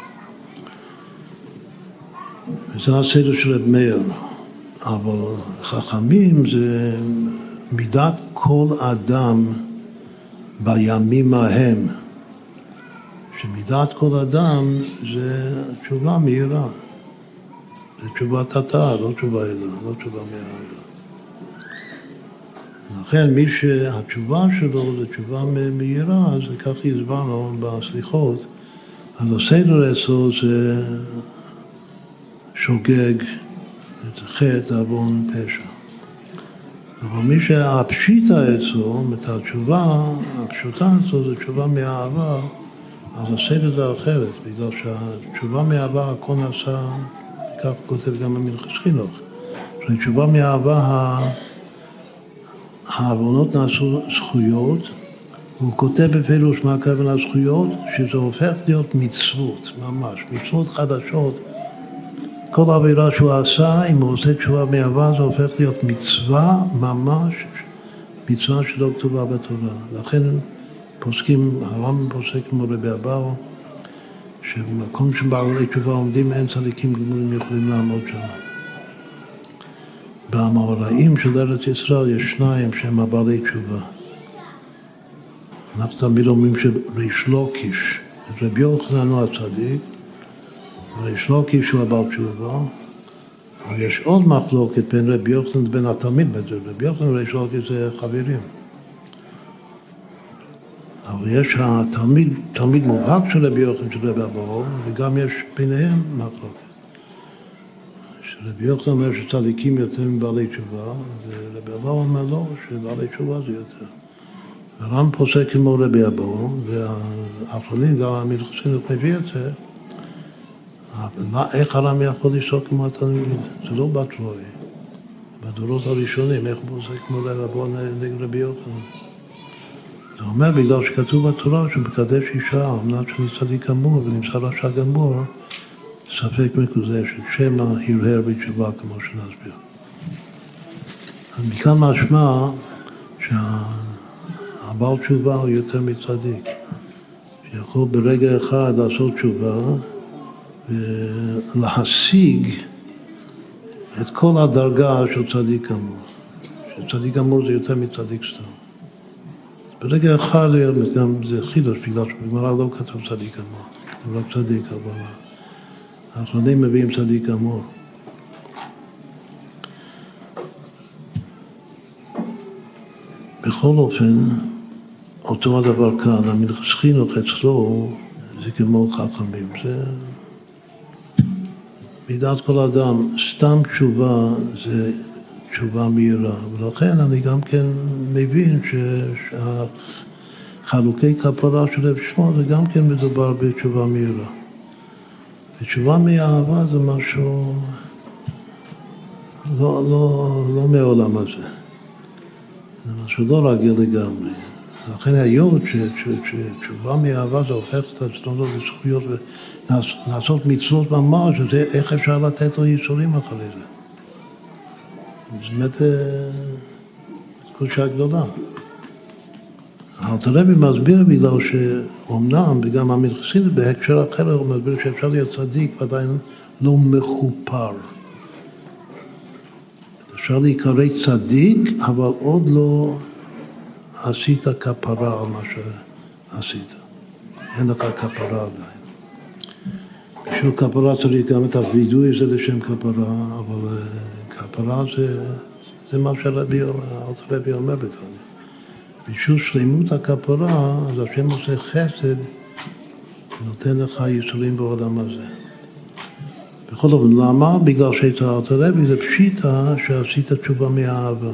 וזה הסדר של רב מאיר. אבל חכמים זה מידת כל אדם בימים ההם. שמידת כל אדם זה תשובה מהירה. זה תשובה תתה, לא תשובה אלה, לא תשובה מהאהבה. לכן מי שהתשובה שלו זה תשובה מהירה, אז כך הסברנו בסליחות, אז הסדר אצלו זה שוגג את חטא, עוון, פשע. אבל מי שהפשיטה אצלו, את התשובה, הפשוטה אצלו זה תשובה מהאהבה, אז הסדר זה אחרת, בגלל שהתשובה מהאהבה הכל נעשה, כך כותב גם המנחס חינוך, שתשובה מהאהבה העוונות נעשו זכויות, הוא כותב בפירוש מה הכוונה זכויות, שזה הופך להיות מצוות, ממש, מצוות חדשות. כל עבירה שהוא עשה, אם הוא עושה תשובה מהאהבה, זה הופך להיות מצווה ממש, מצווה שלא כתובה בתורה. לכן פוסקים, הרמב"ם פוסק כמו רבי אבאו, שבמקום שבעלי תשובה עומדים, אין צדיקים גמורים יכולים לעמוד שם. במאורעים של ארץ ישראל יש שניים שהם הבעלי תשובה. אנחנו תמיד אומרים שריש לוקיש, רבי יוחנן הוא הצדיק, וריש לוקיש הוא הבעל תשובה, אבל יש עוד מחלוקת בין רבי יוחנן ובין התלמיד, רבי יוחנן וריש לוקיש זה חברים. אבל יש תלמיד מובהק של רבי יוחנן של רבי אבאו, וגם יש ביניהם מחלוקת. רבי יוחנן אומר שצדיקים יותר מבעלי תשובה, ורבי אבאו אומר לא, שבעלי תשובה זה יותר. הר"ן פוסק כמו רבי אבאו, והאחרונים, גם המנחס חינוך מביא את זה, איך הר"ן יכול לפסוק כמו התלמיד? זה לא בתלוי. בדורות הראשונים, איך הוא פוסק כמו רבי אבאו נגד רבי יוחנן? זה אומר בגלל שכתוב בתורה שהוא מקדש אישה, אמנת שאני צדיק גמור ונמצא רשע גמור, ספק מקודש, שמא הרהר בתשובה כמו שנסביר. אז מכאן משמע שהבעל תשובה הוא יותר מצדיק, שיכול ברגע אחד לעשות תשובה ולהשיג את כל הדרגה של צדיק אמור. שצדיק אמור זה יותר מצדיק סתם. ברגע אחד גם זה חידוש, בגלל שבגמרא לא כתוב צדיק אמור, זה רק צדיק, אבל האחרונים מביאים צדיק אמור. בכל אופן, אותו הדבר כאן, המלכס חינוך אצלו זה כמו חכמים, זה מידת כל אדם, סתם תשובה זה תשובה מהירה, ולכן אני גם כן מבין שהחלוקי כפרה של רב שמואל זה גם כן מדובר בתשובה מהירה. ותשובה מאהבה זה משהו לא מהעולם הזה. זה משהו לא רגיל לגמרי. לכן היות שתשובה מאהבה זה הופך את עצמנו לזכויות ולעשות מצוות ממש, אז איך אפשר לתת לו ייסורים אחרי זה? זאת אומרת, תחושה גדולה. אלתר רבי מסביר בגלל שאומנם, וגם המלכסין בהקשר אחר, הוא מסביר שאפשר להיות צדיק ועדיין לא מחופר. אפשר להיקרא צדיק, אבל עוד לא עשית כפרה על מה שעשית. אין לך כפרה עדיין. בשביל כפרה צריך גם את הווידוי, זה לשם כפרה, אבל כפרה זה מה שהאלתר רבי אומר בתניא. בשביל שלמות הכפרה, אז השם עושה חסד, נותן לך ייסורים בעולם הזה. בכל אופן, למה? בגלל שאת האלתר רבי זה פשיטה שעשית תשובה מאהבה.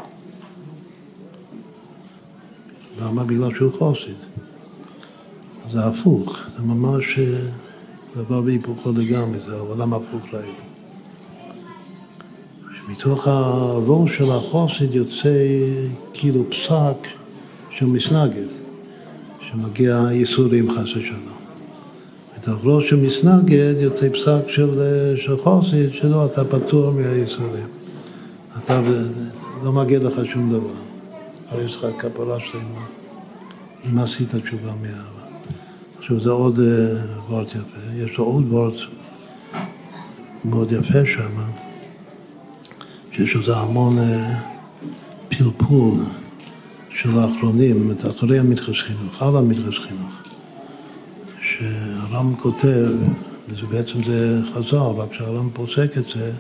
למה? בגלל שהוא חסיד. זה הפוך, זה ממש דבר בהיפוכו לגמרי, זה העולם הפוך ראיתי. מתוך הראש של החסיד יוצא כאילו פסק של מסנגד, שמגיע ייסורים חס ושלום. מתוך ראש של מסנגד יוצא פסק של חסיד, שלא, אתה פטור מהייסורים. אתה לא מגיע לך שום דבר. אבל יש לך כפרה שלמה, אם עשית תשובה מאהבה. עכשיו זה עוד וורט יפה, יש לו עוד וורט מאוד יפה שם, שיש לזה המון פלפול של האחרונים, אחרי המלכס חינוך, על המלכס חינוך, שהר"ם כותב, וזה בעצם זה חז"ל, רק שהר"ם פוסק את זה,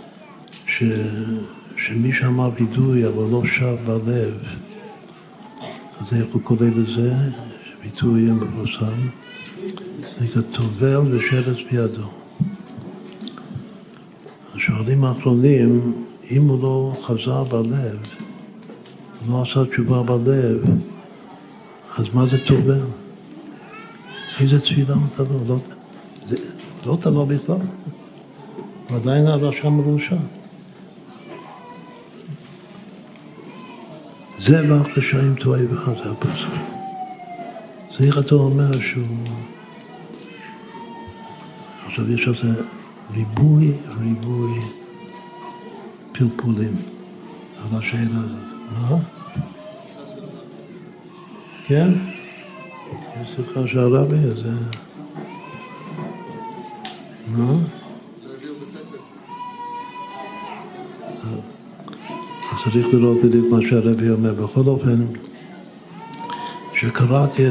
שמי שאמר וידוי אבל לא שב בלב, אז איך הוא קורא לזה? וידוי מפורסם, זה כתובל ושרץ בידו. השואלים האחרונים, אם הוא לא חזר בלב, לא עשה תשובה בלב, אז מה זה תובל? איזה תפילה הוא תבוא? לא תבוא בכלל. ועדיין הרשע מרושע. זה בח רשעים תועבה, זה הפסוק. זה איך אתה אומר שהוא... עכשיו יש לזה ריבוי פלפולים על השאלה הזאת. מה? כן? יש שיחה שהרבי הזה... מה? צריך לראות בדיוק מה שהרבי אומר. בכל אופן, שקראתי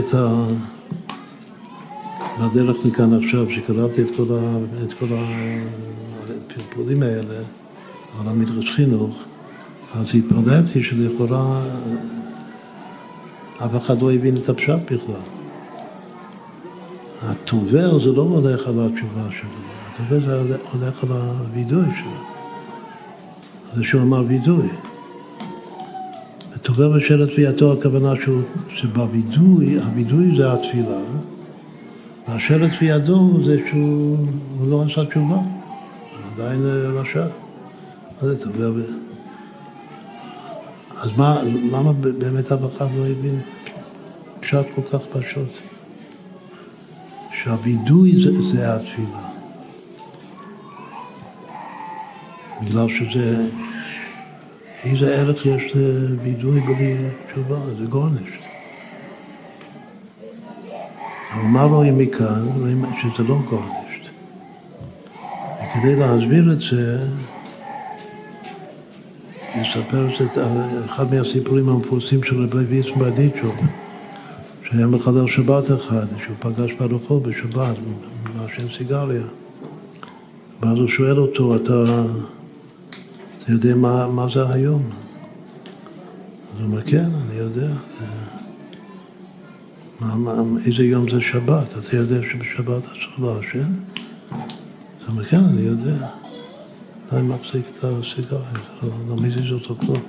בדרך לכאן עכשיו, שקראתי את כל הפלפולים האלה על המדרש חינוך, אז התפלאתי שלכאורה אף אחד לא הבין את הפשט בכלל. התובל זה לא הולך על התשובה שלו, התובל זה הולך על הווידוי שלו. זה שהוא אמר וידוי. התובל ושרץ בידו, הכוונה שבווידוי, הווידוי זה התפילה, והשרץ בידו זה שהוא לא עשה תשובה, הוא עדיין רשע. אז זה תובל. אז למה באמת אף אחד לא הבין פשט כל כך פשוט? שהווידוי זה התפילה. בגלל שזה, איזה ערך יש לוידוי בלי תשובה, זה גורניש. אבל מה רואים מכאן? רואים שזה לא גורניש. וכדי להסביר את זה, נספר את אחד מהסיפורים המפורסמים של רבי לוי מברדיצ'ב, שהיה בחדר שבת אחד, שהוא פגש ברחוב בשבת, מעשן סיגריה. ואז הוא שואל אותו, אתה יודע מה זה היום? אז הוא אומר, כן, אני יודע. איזה יום זה שבת? אתה יודע שבשבת אסור לעשן? אז הוא אומר, כן, אני יודע. אני מחזיק את הסיגריה, לא מזיז אותו כלום.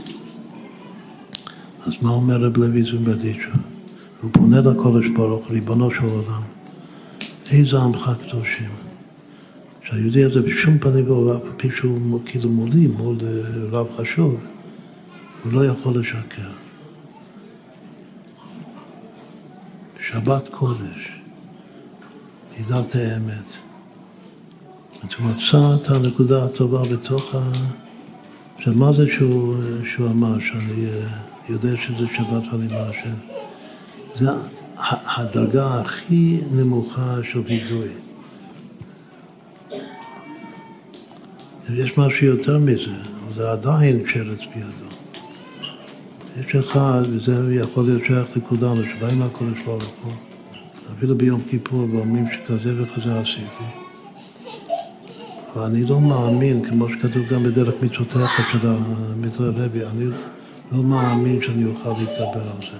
אז מה אומר רבי לוי מברדיצ'ב? הוא פונה לקודש ברוך, ריבונו של עולם. איזה עמך קדושים. שהיהודי הזה בשום פנים ואופן, אף פי שהוא כאילו מולי, מול רב חשוב, הוא לא יכול לשקר. שבת קודש, ידעת האמת. הוא מצא את הנקודה הטובה בתוך עכשיו, מה זה שהוא אמר שאני יודע שזה שבת ואני מעשן? זה הדרגה הכי נמוכה של וידוי. יש משהו יותר מזה, אבל זה עדיין שרץ בידו. יש אחד, וזה יכול להיות שייך לכולנו, שבאים לקודש ברוך הוא, אפילו ביום כיפור, ואומרים שכזה וכזה עשיתי. אבל אני לא מאמין, כמו שכתוב גם בדרך מצוותיך של המיטראי רבי, אני לא מאמין שאני אוכל להתגבר על זה.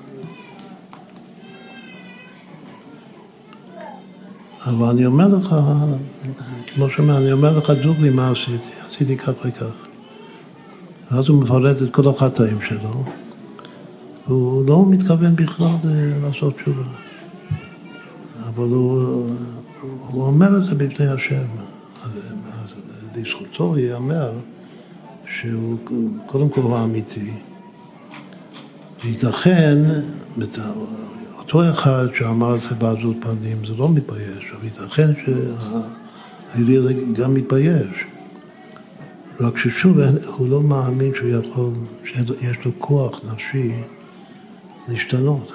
אבל אני אומר לך, כמו שאומר, אני אומר לך דוגרי מה עשיתי כך וכך. ואז הוא מפרט את כל החטאים שלו, הוא לא מתכוון בכלל לעשות תשובה. אבל הוא אומר את זה בפני השם. אז לזכותו ייאמר שהוא קודם כל הוא אמיתי. וייתכן, אותו אחד שאמר את זה בעזות פנים, זה לא מתבייש, אבל ייתכן שהיהודי הזה גם מתבייש. רק ששוב, הוא לא מאמין שהוא יכול, שיש לו כוח נפשי להשתנות.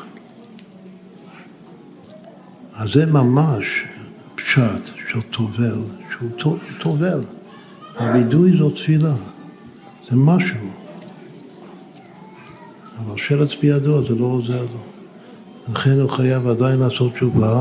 אז זה ממש פשט של טובל, שהוא טובל. הווידוי זו תפילה, זה משהו. אבל שרץ בידו, זה לא עוזר לו. לכן הוא חייב עדיין לעשות תשובה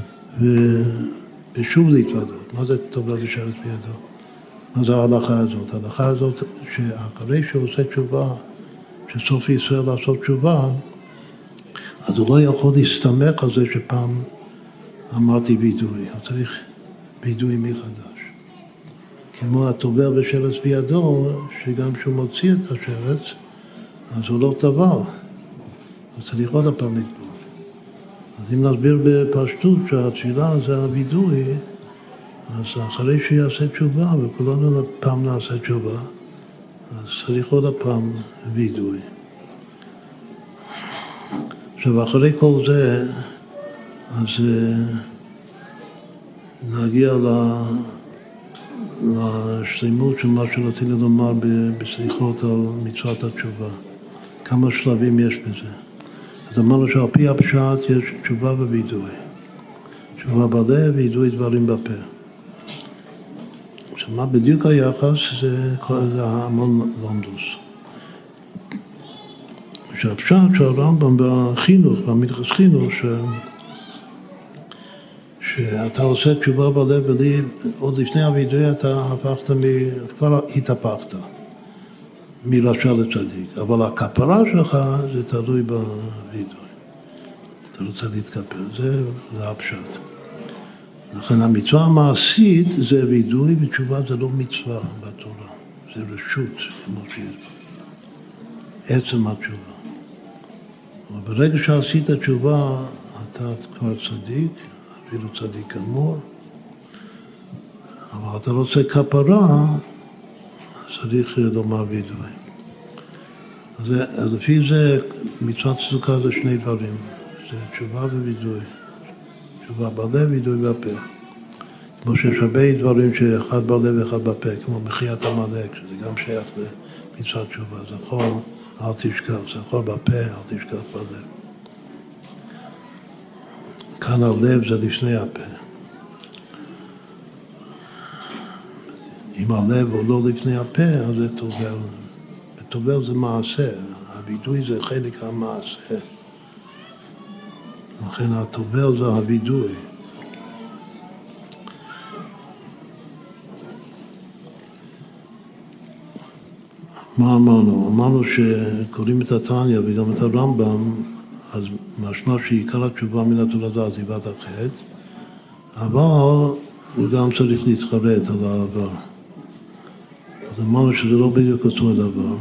ושוב להתוודות. מה זה טובל ושרץ בידו? מה זה ההלכה הזאת? ההלכה הזאת שאחרי שהוא עושה תשובה, שסוף ישראל לעשות תשובה, אז הוא לא יכול להסתמך על זה שפעם אמרתי וידוי. הוא צריך וידוי מחדש. כמו הטובל ושרץ בידו, שגם כשהוא מוציא את השרץ, אז הוא לא טבל. הוא צריך עוד הפעם לטבול. אז אם נסביר בפשטות שהתפילה זה הוידוי, אז אחרי שיעשה תשובה, וכולנו פעם נעשה תשובה, אז צריך עוד הפעם וידוי. עכשיו, אחרי כל זה, אז נגיע לשלימות של מה שרצינו לומר בסליחות על מצוות התשובה. כמה שלבים יש בזה. אז אמרנו שעל פי הפשט יש תשובה ווידוי. תשובה בלב, וידוי דברים בפה. עכשיו, מה בדיוק היחס? זה המון לומדוס. שהפשט של הרמב"ם בחינוך, במדרש חינוך, שאתה עושה תשובה בלב ולי, עוד לפני הווידוי אתה הפכת, כבר התהפכת מרשע לצדיק. אבל הכפרה שלך זה תלוי בווידוי. אתה רוצה להתכפר, זה הפשט. לכן המצווה המעשית זה וידוי, ותשובה זה לא מצווה בתורה, זה רשות, כמו שיש עצם התשובה. אבל ברגע שעשית תשובה, אתה כבר צדיק, אפילו צדיק אמור, אבל אתה רוצה כפרה, צריך לומר וידוי. אז לפי זה, מצוות צדוקה זה שני דברים, זה תשובה ווידוי. תשובה בלב, וידוי בפה. כמו שיש הרבה דברים שאחד בלב ואחד בפה, כמו מחיית עמלק, שזה גם שייך למצוות תשובה. זכור אל תשכח, זכור בפה, אל תשכח בלב. כאן הלב זה לפני הפה. אם הלב הוא לא לפני הפה, אז זה טובל. טובל זה מעשה, הווידוי זה חלק המעשה. לכן הטובל זה הווידוי. מה אמרנו? אמרנו שקוראים את התניא וגם את הרמב"ם, אז משמע שעיקר התשובה מן התולדה עזיבת החטא, אבל הוא גם צריך להתחרט על העבר. אז אמרנו שזה לא בדיוק אותו הדבר.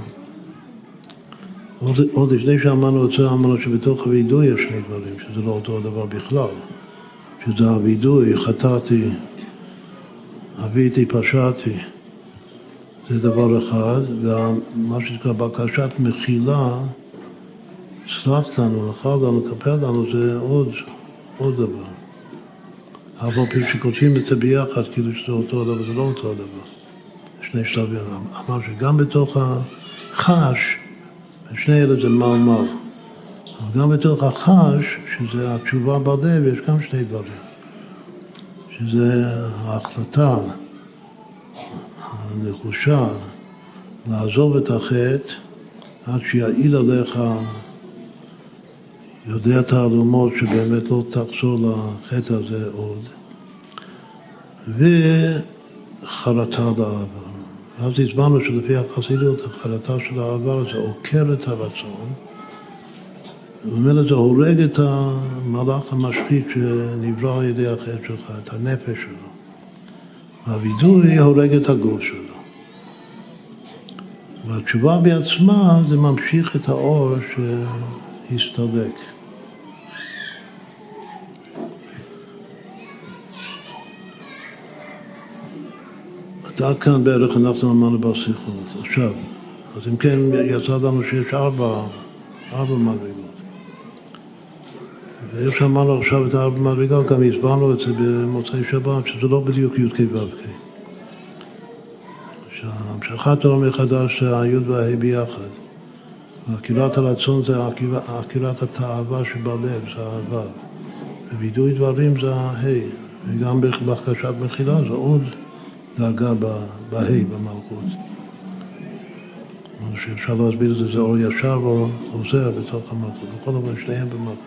עוד לפני שאמרנו את זה, אמרנו שבתוך הווידוי יש שני דברים, שזה לא אותו הדבר בכלל. שזה הווידוי, חטאתי, אביתי, פשעתי. זה דבר אחד, ומה שנקרא בקשת מחילה, סלח לנו, נחל לנו, כפר לנו, זה עוד דבר. אבל פשוט שכותבים את זה ביחד, כאילו שזה אותו הדבר, זה לא אותו הדבר. שני שלבים. אמר שגם בתוך החש, שני אלה זה מלמל. אבל גם בתוך החש, שזה התשובה בלב, יש גם שני דברים. שזה ההחלטה, הנחושה, לעזוב את החטא, עד שיעיל עליך, יודע תעלומות שבאמת לא תחזור לחטא הזה עוד, וחרטה לעבר. אז הזמנו שלפי החסידות, החרטה של העבר הזה עוקר את הרצון, ואומר זה הורג את המלאך המשחית שנברא על ידי החטא שלך, את הנפש שלו. והווידוי הורג את הגוף שלו. והתשובה בעצמה זה ממשיך את האור שהסתלק. עד כאן בערך אנחנו אמרנו בשיחות. עכשיו, אז אם כן יצא לנו שיש ארבע מדרגות. ואיך שאמרנו עכשיו את הארבע מדרגות, גם הסברנו את זה במוצאי שבת, שזה לא בדיוק י' כ' ו' כ'. שהמשכת האור מחדש זה הי' והה' ביחד. ועקירת הרצון זה עקירת התאווה שבלב, זה הו'. ווידוי דברים זה הה'. וגם בבקשת מחילה זה עוד דרגה בה' במלכות. שאפשר להסביר את זה, זה אור ישר או חוזר בתוך המלכות. בכל אופן שניהם במלכות.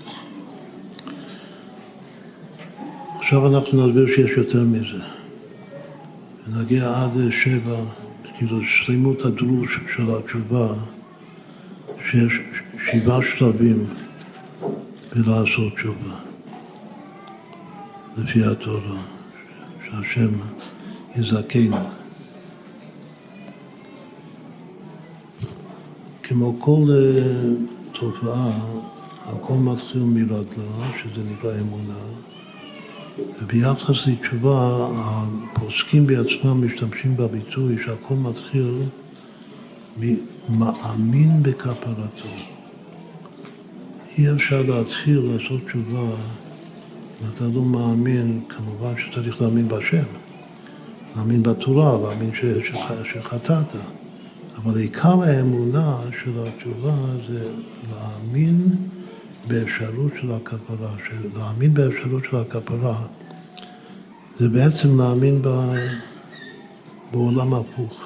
עכשיו אנחנו נסביר שיש יותר מזה. ונגיע עד 7, כאילו שלמות הדרוש של התשובה, שיש 7 שלבים בלעשות תשובה. לפי התורה, שהשם יזכנו. כמו כל תופעה, הכל מתחיל מרדלה, שזה נקרא אמונה, וביחס לתשובה, הפוסקים בעצמם משתמשים בביטוי שהכל מתחיל ממאמין בכפרתו. אי אפשר להתחיל לעשות תשובה אם אתה לא מאמין, כמובן שצריך להאמין בשם, להאמין בתורה, להאמין שחטאת. אבל עיקר האמונה של התשובה זה להאמין באפשרות של הכפרה. להאמין באפשרות של הכפרה זה בעצם להאמין בעולם הפוך.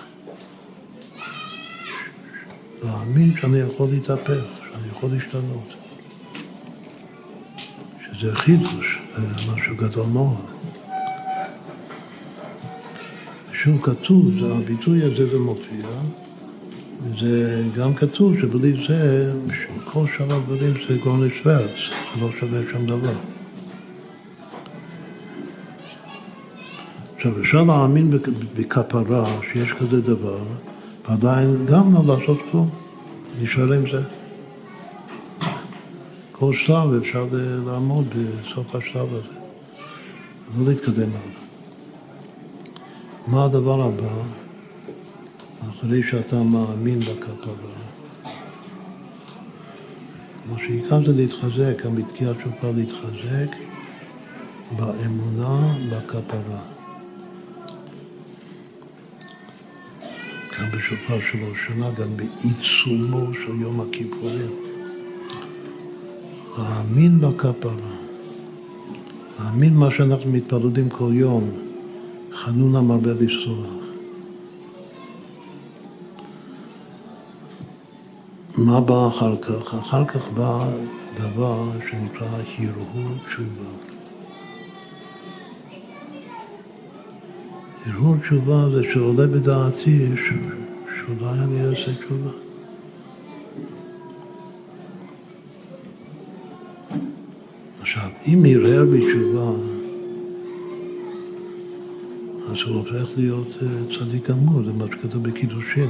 להאמין שאני יכול להתהפך, שאני יכול להשתנות. שזה חידוש, זה משהו גדול מאוד. שוב כתוב, הביטוי הזה זה מופיע, וזה גם כתוב שבלי זה, כל שאר הדברים זה גורם לשוורץ, זה לא שווה שום דבר. עכשיו, אפשר להאמין בכפרה שיש כזה דבר, ועדיין גם לא לעשות כלום, נשאר עם זה. כל שלב אפשר לעמוד בסוף השלב הזה, לא להתקדם עליו. מה הדבר הבא? אחרי שאתה מאמין בכפרה. מה שעיקר זה להתחזק, גם בתקיעת שופר להתחזק באמונה בכפרה. גם בשופר של ראש השנה, גם בעיצומו של יום הכיפורים. להאמין בכפרה. להאמין מה שאנחנו מתפללים כל יום. חנונה מרבה לסלוח. מה בא אחר כך? אחר כך בא דבר שנקרא הרהור תשובה. הרהור תשובה זה שעולה בדעתי שאולי אני אעשה תשובה. עכשיו, אם הרהר בתשובה, אז הוא הופך להיות צדיק גמור, זה מה שכתוב בקידושין.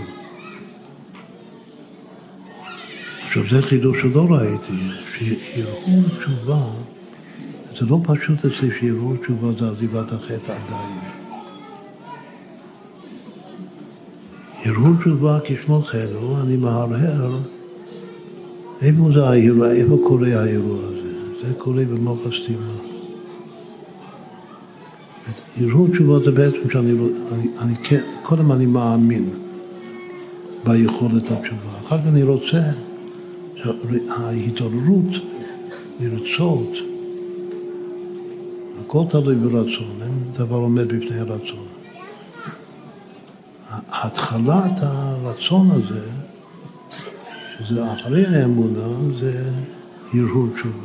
עכשיו, זה חידוש שלא ראיתי, שהרהור תשובה, זה לא פשוט אצלי שהרהור תשובה זה עזיבת החטא עדיין. הרהור תשובה כשמו כן הוא, אני מהרהר, איפה זה ההרהור, איפה קורה ההרהור הזה? זה קורה במוח הסתימה. הרהור תשובה זה בעצם שאני קודם אני מאמין ביכולת התשובה. אחר כך אני רוצה ההתעוררות, לרצות, הכל תלוי ברצון, אין דבר עומד בפני הרצון. התחלת הרצון הזה, שזה אחרי האמונה, זה הרהור תשובה.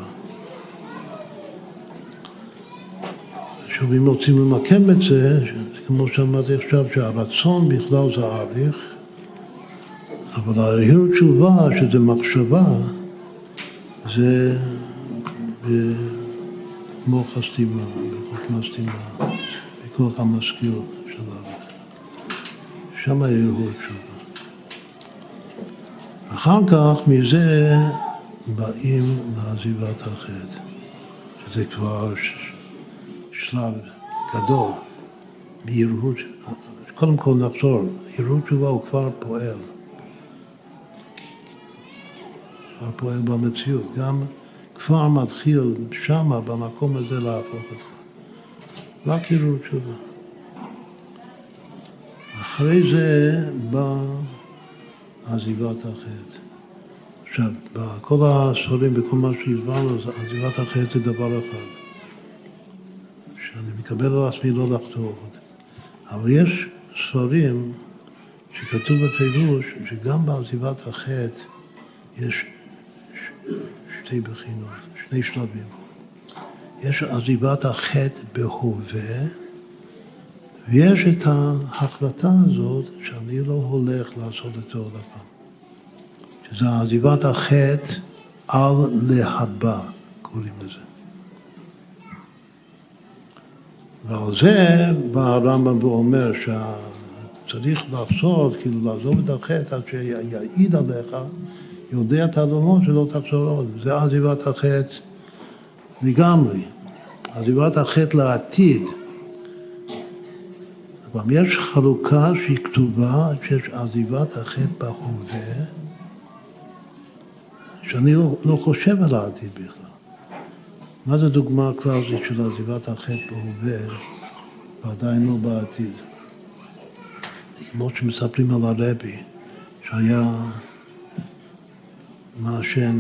עכשיו, אם רוצים למקם את זה, כמו שאמרתי עכשיו, שהרצון בכלל זה העריך, אבל הרהור תשובה, שזה מחשבה, זה במוח הסתימה, בחוכמה הסתימה, בכוח המשכיל של העריך. שם הרהור תשובה. אחר כך מזה באים לעזיבת החטא, שזה כבר שלב גדול מהרהור. קודם כל נחזור, הרהור תשובה הוא כבר פועל. כבר פועל במציאות. גם כבר מתחיל שמה, במקום הזה להפוך אותך. רק הרהור תשובה. אחרי זה בא עזיבת החטא. עכשיו, בכל הספרים, בכל מה שהסברנו, עזיבת החטא זה דבר אחד. שאני מקבל על עצמי לא לחטוא עוד. אבל יש ספרים שכתוב בפירוש שגם בעזיבת החטא יש שתי בחינות, שני שלבים. יש עזיבת החטא בהווה, ויש את ההחלטה הזאת שאני לא הולך לעשות את זה עוד הפעם. שזה עזיבת החטא על להבא, קוראים לזה. ועל זה בא הרמב"ם ואומר שצריך לעשות, כאילו לעזוב את החטא עד שיעיד עליך, יודע תעלומו שלא תחזור עוד. זה עזיבת החטא לגמרי. עזיבת החטא לעתיד. אבל יש חלוקה שהיא כתובה, שיש עזיבת החטא בהווה, שאני לא חושב על העתיד בכלל. מה זה דוגמה קלאסית של עזיבת החטא בהווה, ועדיין לא בעתיד? כמו שמספרים על הרבי, שהיה מעשן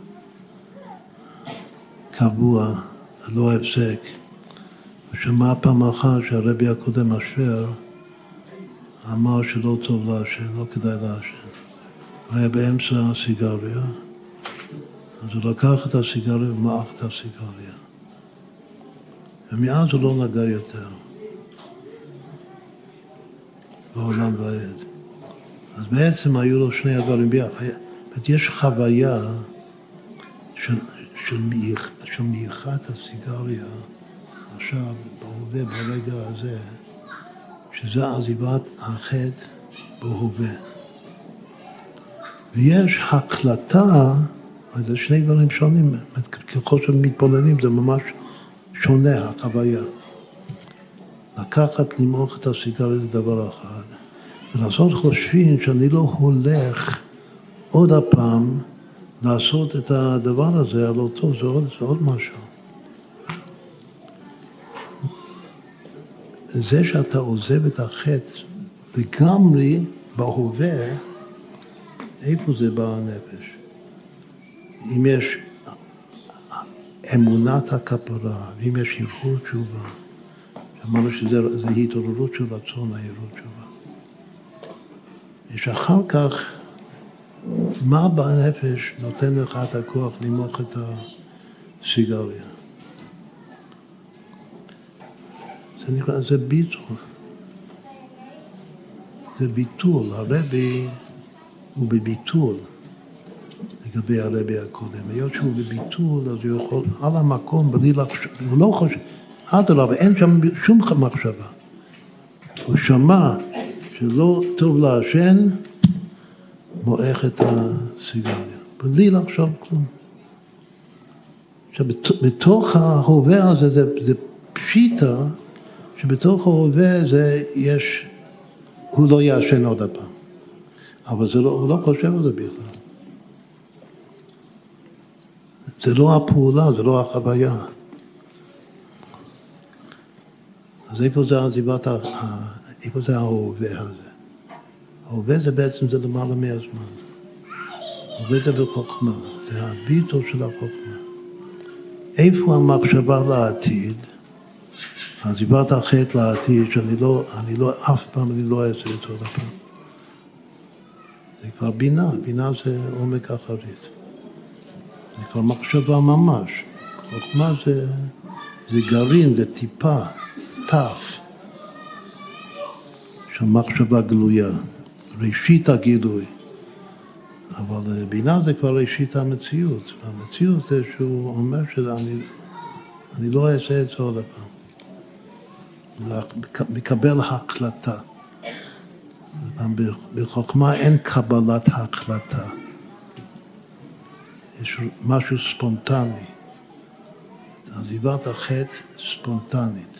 קבוע, ללא הפסק, ושמע פעם אחת שהרבי הקודם אשר אמר שלא טוב לעשן, לא כדאי לעשן. הוא היה באמצע הסיגריה, אז הוא לקח את הסיגריה ומעך את הסיגריה. ומאז הוא לא נגע יותר. בעולם ועד. אז בעצם היו לו שני הדברים ביחד. יש חוויה של מעיכת הסיגריה, עכשיו, בהווה, ברגע הזה, שזה עזיבת החטא בהווה. ויש הקלטה, זה שני דברים שונים, ככל שמתבוננים זה ממש שונה, החוויה. לקחת, למעוך את הסיגריה זה דבר אחד, ולעשות חושבים שאני לא הולך עוד הפעם לעשות את הדבר הזה, הלא טוב, זה עוד משהו. זה שאתה עוזב את החטא לגמרי בהווה, איפה זה בא הנפש? אם יש אמונת הכפרה, ואם יש הרהור תשובה, אמרנו שזה התעוררות של רצון, ההרהור תשובה. יש אחר כך, מה בנפש נותן לך את הכוח למוח את הסיגריה? זה נקרא, זה ביטול. זה ביטול. הרבי הוא בביטול לגבי הרבי הקודם. היות שהוא בביטול, אז הוא יכול על המקום בלי לחשוב, הוא לא חושב, אדרבה, אין שם שום מחשבה. הוא שמע שלא טוב לעשן, מועך את הסיגריה, בלי לחשוב כלום. עכשיו, בתוך ההווה הזה, זה פשיטה, שבתוך ההווה זה יש, הוא לא יעשן עוד הפעם. אבל זה לא, הוא לא חושב על זה בכלל. זה לא הפעולה, זה לא החוויה. אז איפה זה עזיבת, איפה זה ההווה הזה? ההווה זה בעצם זה למעלה מהזמן. ההווה זה בחוכמה, זה הביטול של החוכמה. איפה המחשבה לעתיד? עזיבת החטא לעתיד, שאני לא, אף פעם אני לא אעשה את זה עוד הפעם. זה כבר בינה, בינה זה עומק אחרית. זה כבר מחשבה ממש. חוכמה זה גרעין, זה טיפה, תף, של מחשבה גלויה, ראשית הגילוי. אבל בינה זה כבר ראשית המציאות. המציאות זה שהוא אומר שאני לא אעשה את זה עוד הפעם. מקבל החלטה. בחוכמה אין קבלת החלטה. יש משהו ספונטני. עזיבת החטא ספונטנית.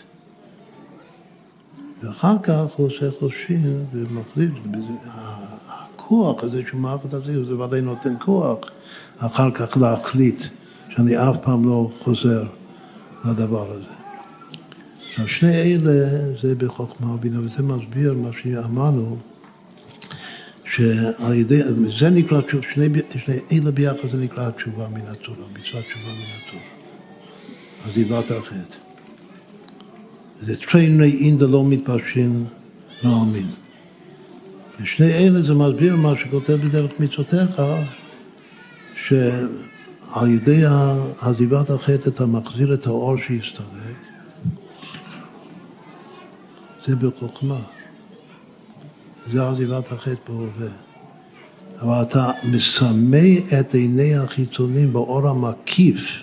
ואחר כך הוא עושה חושבים ומחליט. הכוח הזה שהוא מערכת הזה, זה ודאי נותן כוח. אחר כך להחליט שאני אף פעם לא חוזר לדבר הזה. עכשיו, שני אלה זה בחוכמה ובינה, וזה מסביר מה שאמרנו, שעל ידי, זה נקרא תשובה, שני אלה ביחד זה נקרא תשובה מן התורה, מצוות תשובה מן התורה. אז דיברת החטא. זה טרייני אינדה לא מתפשרים להאמין. ושני אלה זה מסביר מה שכותב בדרך מצוותיך, שעל ידי עזיבת החטא אתה מחזיר את האור שהסתלק, זה בחוכמה. זה עזיבת החטא בהווה. אבל אתה מסמא את עיני החיצונים באור המקיף,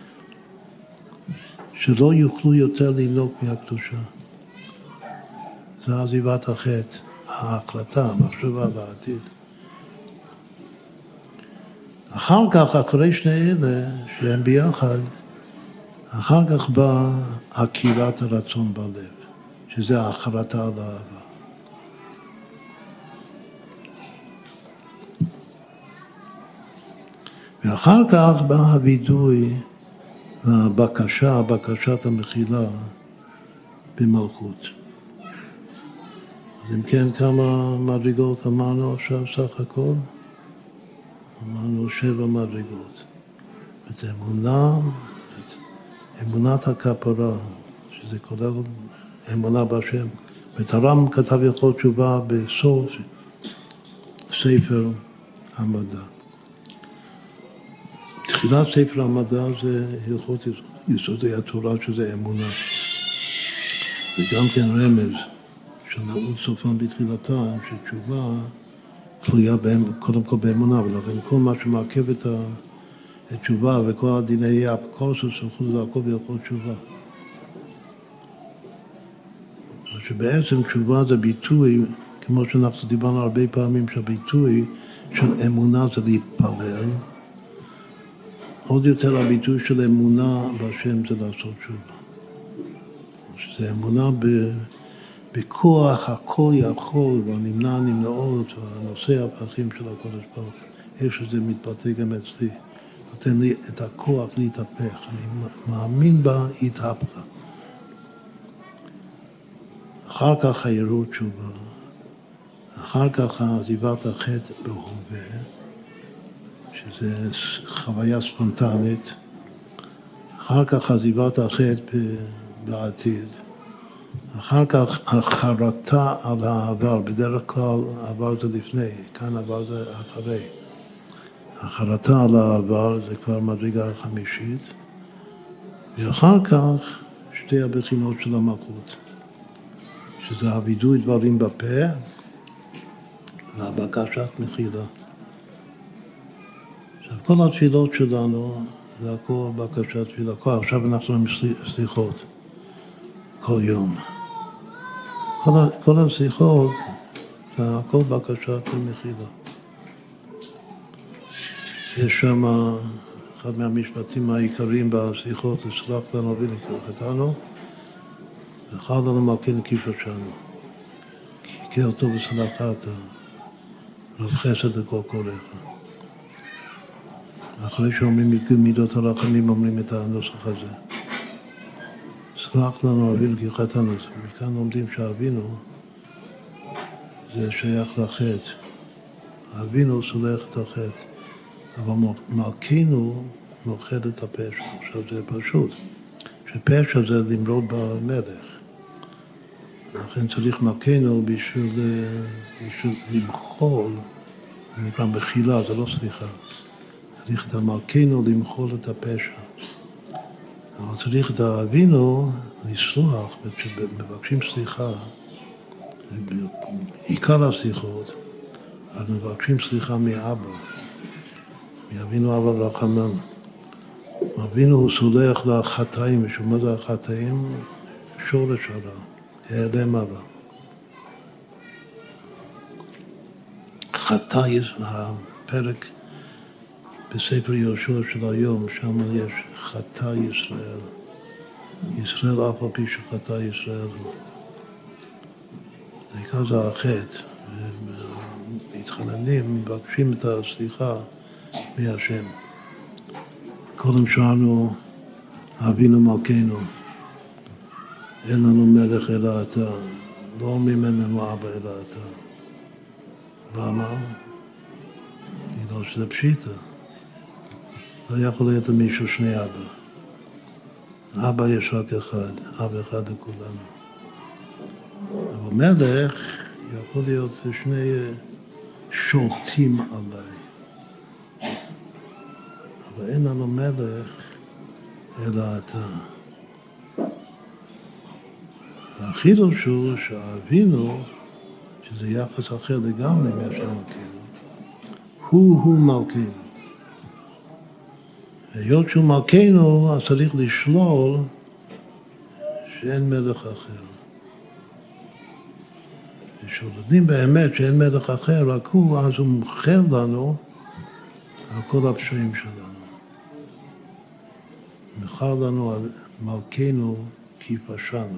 שלא יוכלו יותר לינוק מהקדושה. זה עזיבת החטא, ההחלטה, המחשבה לעתיד. אחר כך, אחרי שני אלה, שהם ביחד, אחר כך בא עקירת הרצון בלב. שזה ההחלטה על האהבה. ואחר כך בא הווידוי והבקשה, בקשת המחילה במלכות. אז אם כן, כמה מדרגות אמרנו עכשיו סך הכל? אמרנו 7 מדרגות. את אמונת הכפרה, שזה כולל אמונה בהשם. הר"ם כתב הלכות תשובה בסוף ספר המדע. תחילת ספר המדע זה הלכות יסודי התורה, שזה אמונה. וגם כן רמז שנעוד סופם בתחילתם, שתשובה תלויה קודם כל באמונה, ולכן כל מה שמעכב את התשובה וכל הדיני אפיקורסוס, זה הכל בהלכות תשובה. שבעצם תשובה זה ביטוי, כמו שאנחנו דיברנו הרבה פעמים, שהביטוי של אמונה זה להתפלל, עוד יותר הביטוי של אמונה בהשם זה לעשות תשובה. שזה אמונה בכוח הכל יכול, והנמנע נמנעות, והנושא הפכים של הקודש ברוך, איך שזה מתבטא גם אצלי, נותן לי את הכוח להתהפך, אני מאמין בה התהפכה. אחר כך העירות תשובה, אחר כך עזיבת החטא בהווה, שזה חוויה ספונטנית, אחר כך עזיבת החטא בעתיד, אחר כך החרטה על העבר, בדרך כלל העבר זה לפני, כאן העבר זה אחרי. החרטה על העבר זה כבר מדרגה חמישית, ואחר כך שתי הבחינות של המלכות, שזה הווידוי דברים בפה והבקשת מחילה. עכשיו, כל התפילות שלנו זה הכל בקשת תפילה. עכשיו אנחנו עם סליחות כל יום. כל הסליחות זה הכל בקשת מחילה. יש שם אחד מהמשפטים העיקריים בסליחות, סלח לנו ונקרחתנו, וחד לנו מלכנו כיפשנו. כי אותו וסלחת, רב חסד לכל קורך. אחרי שאומרים מידות הרחמים, אומרים את הנוסח הזה. סלח לנו אבינו כי חטאנו. מכאן לומדים שאבינו זה שייך לחטא. אבינו סולח את החטא, אבל מלכנו מוחד את הפשע. עכשיו זה פשוט, שפשע זה למרוד במלך. לכן צריך מלכנו בשביל למחול, זה נקרא מחילה, זה לא סליחה. צריך את המלכנו למחול את הפשע. אבל צריך את אבינו לסלוח, כשמבקשים סליחה, עיקר הסליחות, אז מבקשים סליחה מאבא, מאבינו אבא רחמן. אבינו הוא סולח לחטאים, ושמה זה החטאים? שורש הרע, העלם הרע. חטא, הפרק בספר יהושע של היום, שם יש חטא ישראל. ישראל אף על פי שחטא ישראל. בעיקר זה החטא. מתחננים, מבקשים את הסליחה מהשם. קודם שאלנו, אבינו מלכנו, אין לנו מלך אלא אתה. לא אומרים אין לנו אבא אלא אתה. למה? בגלל שזה פשיטה. לא יכול להיות למישהו שני אבא. אבא יש רק אחד, אבא אחד לכולנו. אבל מלך יכול להיות שני שולטים עליי. אבל אין לנו מלך אלא אתה. החידוש הוא שאבינו, שזה יחס אחר לגמרי מהשם מלכנו, הוא מלכנו. היות שהוא מלכנו, אז צריך לשלול שאין מלך אחר. כשלומדים באמת שאין מלך אחר, רק הוא, אז הוא מוכר לנו על כל הפשעים שלנו. מוכר לנו על מלכנו כי פשענו.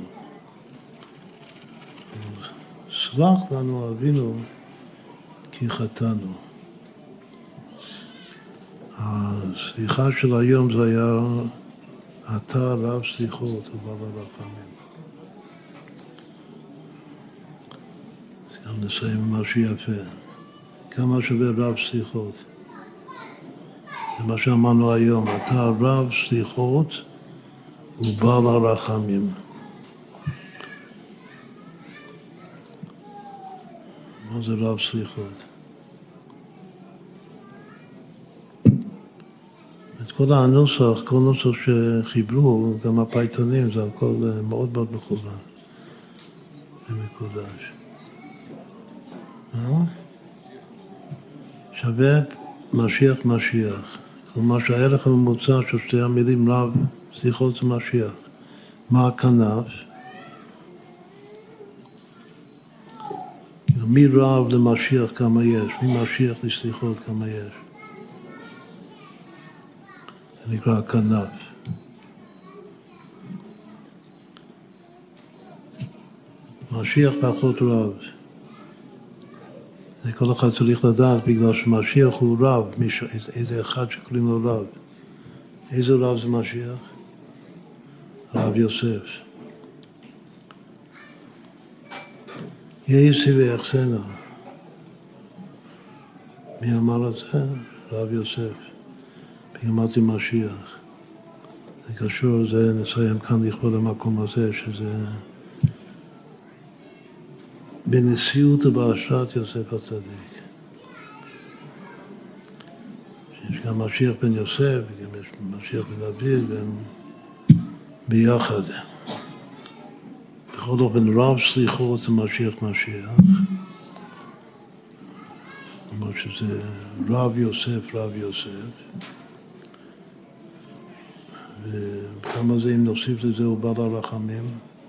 סלח לנו אבינו כי חטאנו. הסליחה של היום זה היה אתה רב סליחות ובעל הרחמים. אז גם נסיים עם משהו יפה. כמה שווה רב סליחות? זה מה שאמרנו היום, אתה רב סליחות ובעל הרחמים. מה זה רב סליחות? את כל הנוסח, כל נוסח שחיברו, גם הפייטנים, זה הכל מאוד מאוד מכוון ומקודש. שווה משיח משיח. כלומר שהערך הממוצע של שתי המילים רב סליחות זה משיח. מה הכנף? מרב למשיח כמה יש, ממשיח לסליחות כמה יש. זה נקרא כנף. משיח פחות רב. זה כל אחד צריך לדעת בגלל שמשיח הוא רב, איזה אחד שקוראים לו רב. איזה רב זה משיח? רב יוסף. יעשי ויחסנה. מי אמר את זה? רב יוסף. בימת משיח. זה קשור, זה נסיים כאן לכבוד המקום הזה, שזה בנשיאות ובהשראת יוסף הצדיק. יש גם משיח בן יוסף, וגם יש משיח בן דוד, והם ביחד. בכל אופן רב סליחות זה משיח משיח. כלומר שזה רב יוסף, רב יוסף. וכמה זה אם נוסיף לזה הוא בעל הרחמים.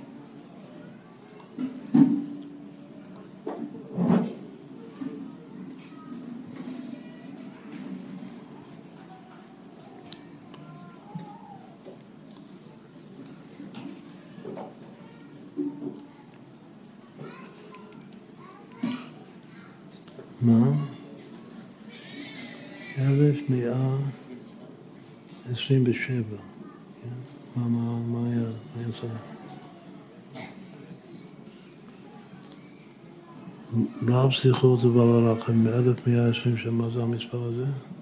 מה? 1127. מה היה זה? רב סליחות ובעל הרחמים, 1120, מה זה המספר הזה?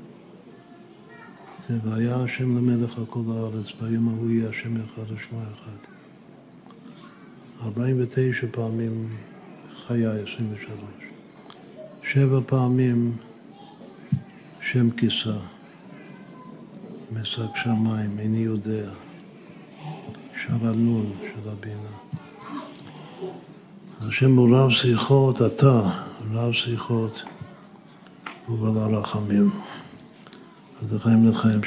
זה והיה השם למלך על כל הארץ, ביום ההוא יהיה השם אחד ושמו אחד. 49 פעמים חיה 23. 7 פעמים שם כיסה, משק שמיים, איני יודע, שרנון של הבינה. השם הוא רב שיחות, אתה רב שיחות ובעל הרחמים. אז לחיים לחיים,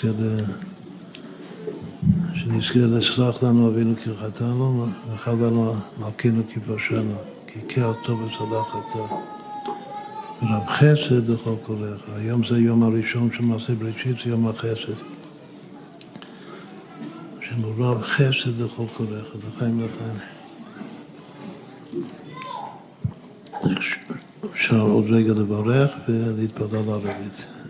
שנזכה לסלח לנו אבינו כי חטאנו, וחל לנו מלכנו כי פשענו, כי קל טוב וצדק אתה. ורב חסד לכל קוראיך. היום זה יום הראשון של מעשה בראשית, זה יום החסד. השם הוא רב חסד לכל קוראיך, לחיים לחיים. אפשר עוד רגע לברך ולהתפלל ערבית.